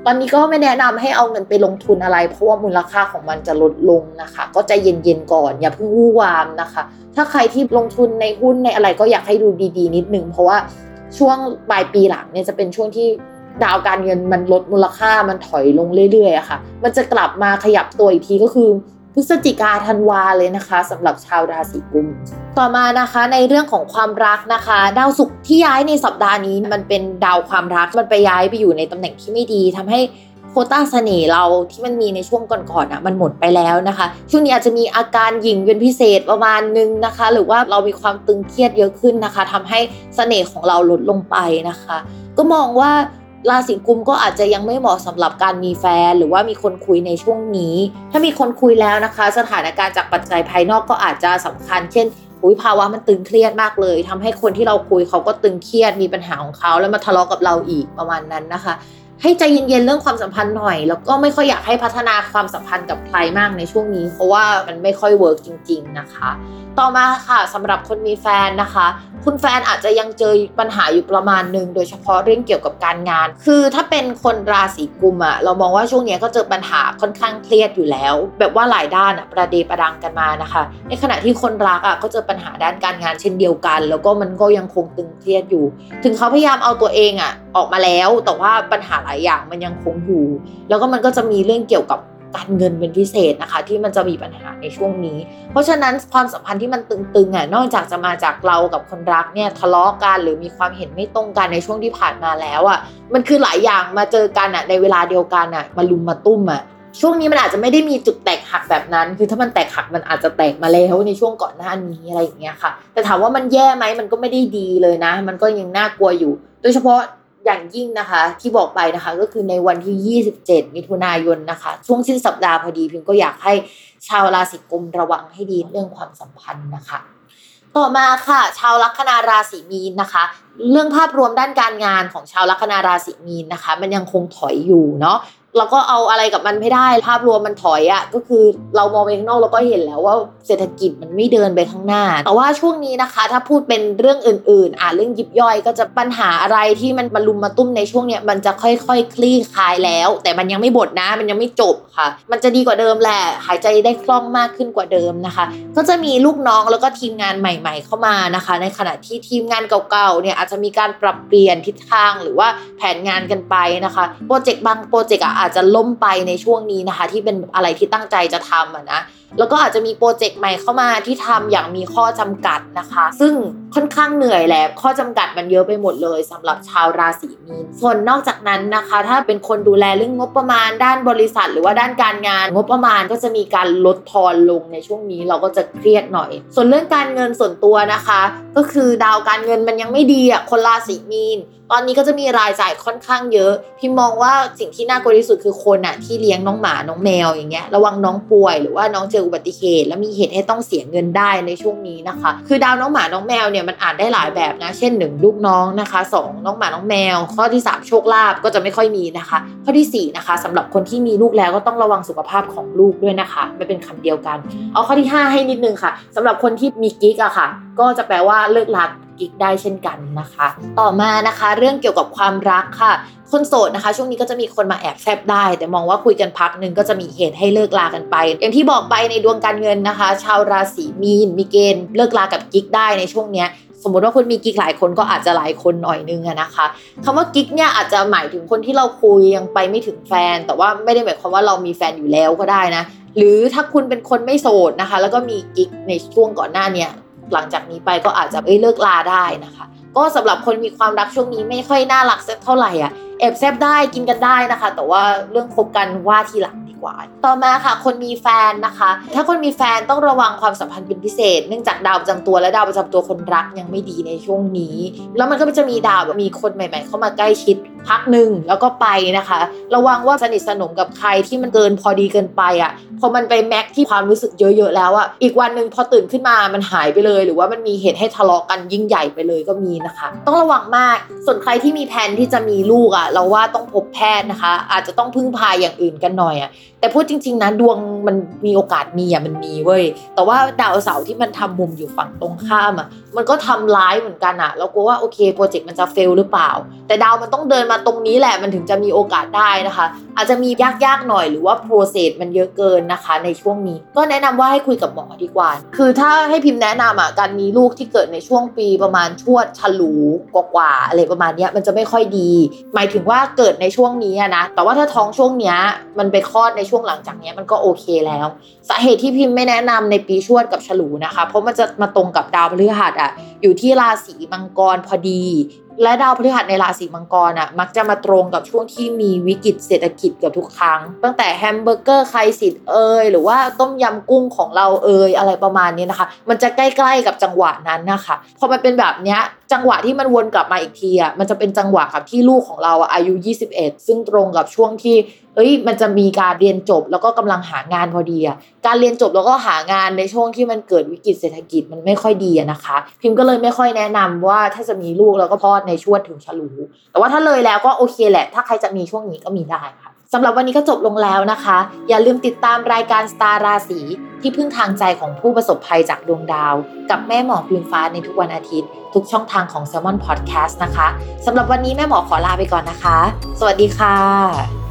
Speaker 3: ตอนนี้ก็ไม่แนะนำให้เอาเงินไปลงทุนอะไรเพราะว่ามูลค่าของมันจะลดลงนะคะก็ใจเย็นๆก่อนอย่าเพิ่งวู่วามนะคะถ้าใครที่ลงทุนในหุ้นในอะไรก็อยากให้ดูดีๆนิดนึงเพราะว่าช่วงปลายปีหลังเนี่ยจะเป็นช่วงที่ดาวการเงินมันลดมูลค่ามันถอยลงเรื่อยๆอะค่ะมันจะกลับมาขยับตัวอีกทีก็คือพฤศจิกาธันวาเลยนะคะสำหรับชาวราศีกุมต่อมานะคะในเรื่องของความรักนะคะดาวศุกร์ที่ย้ายในสัปดาห์นี้มันเป็นดาวความรักมันไปย้ายไปอยู่ในตำแหน่งที่ไม่ดีทำให้โควต้าเสน่ห์เราที่มันมีในช่วงก่อนๆอ่ะมันหมดไปแล้วนะคะช่วงนี้อาจจะมีอาการหยิ่งเป็นพิเศษประมาณนึงนะคะหรือว่าเรามีความตึงเครียดเยอะขึ้นนะคะทำให้เสน่ห์ของเราลดลงไปนะคะก็มองว่าราศีกุมก็อาจจะยังไม่เหมาะสำหรับการมีแฟนหรือว่ามีคนคุยในช่วงนี้ถ้ามีคนคุยแล้วนะคะสถานการณ์จากปัจจัยภายนอกก็อาจจะสำคัญเช่นอุ๊ยภาวะมันตึงเครียดมากเลยทำให้คนที่เราคุยเขาก็ตึงเครียดมีปัญหาของเขาแล้วมาทะเลาะกับเราอีกประมาณนั้นนะคะให้ใจเย็นๆเรื่องความสัมพันธ์หน่อยแล้วก็ไม่ค่อยอยากให้พัฒนาความสัมพันธ์กับใครมากในช่วงนี้เพราะว่ามันไม่ค่อยเวิร์กจริงๆนะคะต่อมาค่ะสำหรับคนมีแฟนนะคะคุณแฟนอาจจะยังเจอปัญหาอยู่ประมาณนึงโดยเฉพาะเรื่องเกี่ยวกับการงานคือถ้าเป็นคนราศีกุมอะเรามองว่าช่วงนี้ก็เจอปัญหาค่อนข้างเครียดอยู่แล้วแบบว่าหลายด้านอะประเดประดังกันมานะคะในขณะที่คนรักอะก็เจอปัญหาด้านการงานเช่นเดียวกันแล้วก็มันก็ยังคงตึงเครียดอยู่ถึงเขาพยายามเอาตัวเองอะออกมาแล้วแต่ว่าปัญหาหลายอย่างมันยังคงอยู่แล้วก็มันก็จะมีเรื่องเกี่ยวกับการเงินเป็นพิเศษนะคะที่มันจะมีปัญหาในช่วงนี้เพราะฉะนั้นความสัมพันธ์ที่มันตึงๆอ่ะนอกจากจะมาจากเรากับคนรักเนี่ยทะเลาะกันหรือมีความเห็นไม่ตรงกันในช่วงที่ผ่านมาแล้วอ่ะมันคือหลายอย่างมาเจอกันอ่ะในเวลาเดียวกันอ่ะมาลุมมาตุ้มอ่ะช่วงนี้มันอาจจะไม่ได้มีจุดแตกหักแบบนั้นคือถ้ามันแตกหักมันอาจจะแตกมาแล้วในช่วงก่อนหน้านี้อะไรอย่างเงี้ยค่ะแต่ถามว่ามันแย่ไหมมันก็ไม่ได้ดีเลยนะมันก็ยังน่ากลัวอยู่โดยเฉพาะอย่างยิ่งนะคะที่บอกไปนะคะก็คือในวันที่ยี่สิบเจ็ดมิถุนายนนะคะช่วงสิ้นสัปดาห์พอดีพิมก็อยากให้ชาวราศีกุมระวังให้ดีเรื่องความสัมพันธ์นะคะต่อมาค่ะชาวลัคนาราศีมีนนะคะเรื่องภาพรวมด้านการงานของชาวลัคนาราศีมีนนะคะมันยังคงถอยอยู่เนาะเราก็เอาอะไรกับมันไม่ได้ภาพรวมมันถอยอ่ะก็คือเรามองไปข้างนอกเราก็เห็นแล้วว่าเศรษฐกิจมันไม่เดินไปข้างหน้าแต่ว่าช่วงนี้นะคะถ้าพูดเป็นเรื่องอื่นๆอ่ะเรื่องยิบย่อยก็จะปัญหาอะไรที่มันมาลุมมาตุ้มในช่วงเนี้ยมันจะค่อยๆคลี่คลายแล้วแต่มันยังไม่หมดนะมันยังไม่จบค่ะมันจะดีกว่าเดิมแหละหายใจได้คล่องมากขึ้นกว่าเดิมนะคะก็จะมีลูกน้องแล้วก็ทีมงานใหม่ๆเข้ามานะคะในขณะที่ทีมงานเก่าๆเนี่ยอาจจะมีการปรับเปลี่ยนทิศทางหรือว่าแผนงานกันไปนะคะโปรเจกต์บางโปรเจกต์อาจจะล้มไปในช่วงนี้นะคะที่เป็นอะไรที่ตั้งใจจะทำอ่ะนะแล้วก็อาจจะมีโปรเจกต์ใหม่เข้ามาที่ทำอย่างมีข้อจำกัดนะคะซึ่งค่อนข้างเหนื่อยแหละข้อจำกัดมันเยอะไปหมดเลยสำหรับชาวราศีมีนส่วนนอกจากนั้นนะคะถ้าเป็นคนดูแลเรื่องงบประมาณด้านบริษัทหรือว่าด้านการงานงบประมาณก็จะมีการลดทอนลงในช่วงนี้เราก็จะเครียดหน่อยส่วนเรื่องการเงินส่วนตัวนะคะก็คือดาวการเงินมันยังไม่ดีอ่ะคนราศีมีนตอนนี้ก็จะมีรายจ่ายค่อนข้างเยอะพี่มองว่าสิ่งที่น่ากลัวที่สุดคือคนอ่ะที่เลี้ยงน้องหมาน้องแมวอย่างเงี้ยระวังน้องป่วยหรือว่าน้องเจออุบัติเหตุแล้วมีเหตุให้ต้องเสียเงินได้ในช่วงนี้นะคะคือดาวน้องหมาน้องแมวเนี่ยมันอ่านได้หลายแบบนะเช่นหนึ่งลูกน้องนะคะสองน้องหมาน้องแมวข้อที่สามโชคลาภก็จะไม่ค่อยมีนะคะข้อที่สี่นะคะสำหรับคนที่มีลูกแล้วก็ต้องระวังสุขภาพของลูกด้วยนะคะไม่เป็นคำเดียวกันเอาข้อที่ห้าให้นิดนึงค่ะสำหรับคนที่มีกิ๊กอะค่ะก็จะแปลว่าเลิกรักกิ๊กได้เช่นกันนะคะต่อมานะคะเรื่องเกี่ยวกับความรักค่ะคนโสดนะคะช่วงนี้ก็จะมีคนมาแอบแซบได้แต่มองว่าคุยกันพักนึงก็จะมีเหตุให้เลิกลากันไปอย่างที่บอกไปในดวงการเงินนะคะชาวราศีมีนมีเกณฑ์เลิกลากับกิ๊กได้ในช่วงเนี้ยสมมติว่าคุณมีกิ๊กหลายคนก็อาจจะหลายคนหน่อยนึงอะนะคะคำว่ากิ๊กเนี่ยอาจจะหมายถึงคนที่เราคุยยังไปไม่ถึงแฟนแต่ว่าไม่ได้หมายความว่าเรามีแฟนอยู่แล้วก็ได้นะหรือถ้าคุณเป็นคนไม่โสดนะคะแล้วก็มีกิ๊กในช่วงก่อนหน้าเนี้ยหลังจากนี้ไปก็อาจจะเอ้ยเลิกลาได้นะคะก็สำหรับคนมีความรักช่วงนี้ไม่ค่อยน่ารักสักเท่าไหร่อ่ะแอบแซบได้กินกันได้นะคะแต่ว่าเรื่องคบกันว่าทีหลังดีกว่าต่อมาค่ะคนมีแฟนนะคะถ้าคนมีแฟนต้องระวังความสัมพันธ์เป็นพิเศษเนื่องจากดาวประจำตัวและดาวประจำตัวคนรักยังไม่ดีในช่วงนี้แล้วมันก็จะมีดาวมีคนใหม่ๆเข้ามาใกล้ชิดพักนึงแล้วก็ไปนะคะระวังว่าสนิทสนมกับใครที่มันเกินพอดีเกินไปอ่ะพอมันไปแม็กที่ความรู้สึกเยอะๆแล้วอ่ะอีกวันนึงพอตื่นขึ้นมามันหายไปเลยหรือว่ามันมีเหตุให้ทะเลาะกันยิ่งใหญ่ไปเลยก็มีนะคะต้องระวังมากส่วนใครที่มีแผนที่จะมีลูกอ่ะเราว่าต้องพบแพทย์นะคะอาจจะต้องพึ่งพาอย่างอื่นกันหน่อยอ่ะแต่พูดจริงๆนะดวงมันมีโอกาสมีอ่ะมันมีเว้ยแต่ว่าดาวเสาร์ที่มันทำมุมอยู่ฝั่งตรงข้ามอ่ะมันก็ทำร้ายเหมือนกันอ่ะเรากลัวว่าโอเคโปรเจกต์มันจะเฟลหรือเปล่าแต่ดาวมันต้องเดินมามาตรงนี้แหละมันถึงจะมีโอกาสได้นะคะอาจจะมียากๆหน่อยหรือว่าโปรเซสมันเยอะเกินนะคะในช่วงนี้ก็แนะนำว่าให้คุยกับหมอดีกว่าคือถ้าให้พิมพ์แนะนำอ่ะการมีลูกที่เกิดในช่วงปีประมาณชวดฉลูกว่าๆอะไรประมาณนี้มันจะไม่ค่อยดีหมายถึงว่าเกิดในช่วงนี้นะแต่ว่าถ้าท้องช่วงนี้มันไปคลอดในช่วงหลังจากนี้มันก็โอเคแล้วสาเหตุที่พิมพ์ไม่แนะนำในปีชวดกับฉลูนะคะเพราะมันจะมาตรงกับดาวพฤหัสอ่ะอยู่ที่ราศีมังกรพอดีและดาวพฤหัสในราศีมังกรอ่ะมักจะมาตรงกับช่วงที่มีวิกฤตเศรษฐกิจเกือบทุกครั้งตั้งแต่แฮมเบอร์เกอร์ไครซิสเอยหรือว่าต้มยำกุ้งของเราเอยอะไรประมาณนี้นะคะมันจะใกล้ๆกับจังหวะนั้นนะคะพอมันเป็นแบบเนี้ยจังหวะที่มันวนกลับมาอีกทีอ่ะมันจะเป็นจังหวะกับที่ลูกของเราอายุยี่สิบเอ็ดซึ่งตรงกับช่วงที่เอ้ยมันจะมีการเรียนจบแล้วก็กำลังหางานพอดีอ่ะการเรียนจบแล้วก็หางานในช่วงที่มันเกิดวิกฤตเศรษฐกิจมันไม่ค่อยดีนะคะพิมก็เลยไม่ค่อยแนะนำว่าถ้าจะมีลูกแล้วก็พอดในช่วงถึงฉลูแต่ว่าถ้าเลยแล้วก็โอเคแหละถ้าใครจะมีช่วงนี้ก็มีได้ค่ะสำหรับวันนี้ก็จบลงแล้วนะคะอย่าลืมติดตามรายการสตาร์ราศีที่พึ่งทางใจของผู้ประสบภัยจากดวงดาวกับแม่หมอพิมฟ้าในทุกวันอาทิตย์ทุกช่องทางของ Salmon Podcast นะคะสำหรับวันนี้แม่หมอขอลาไปก่อนนะคะสวัสดีค่ะ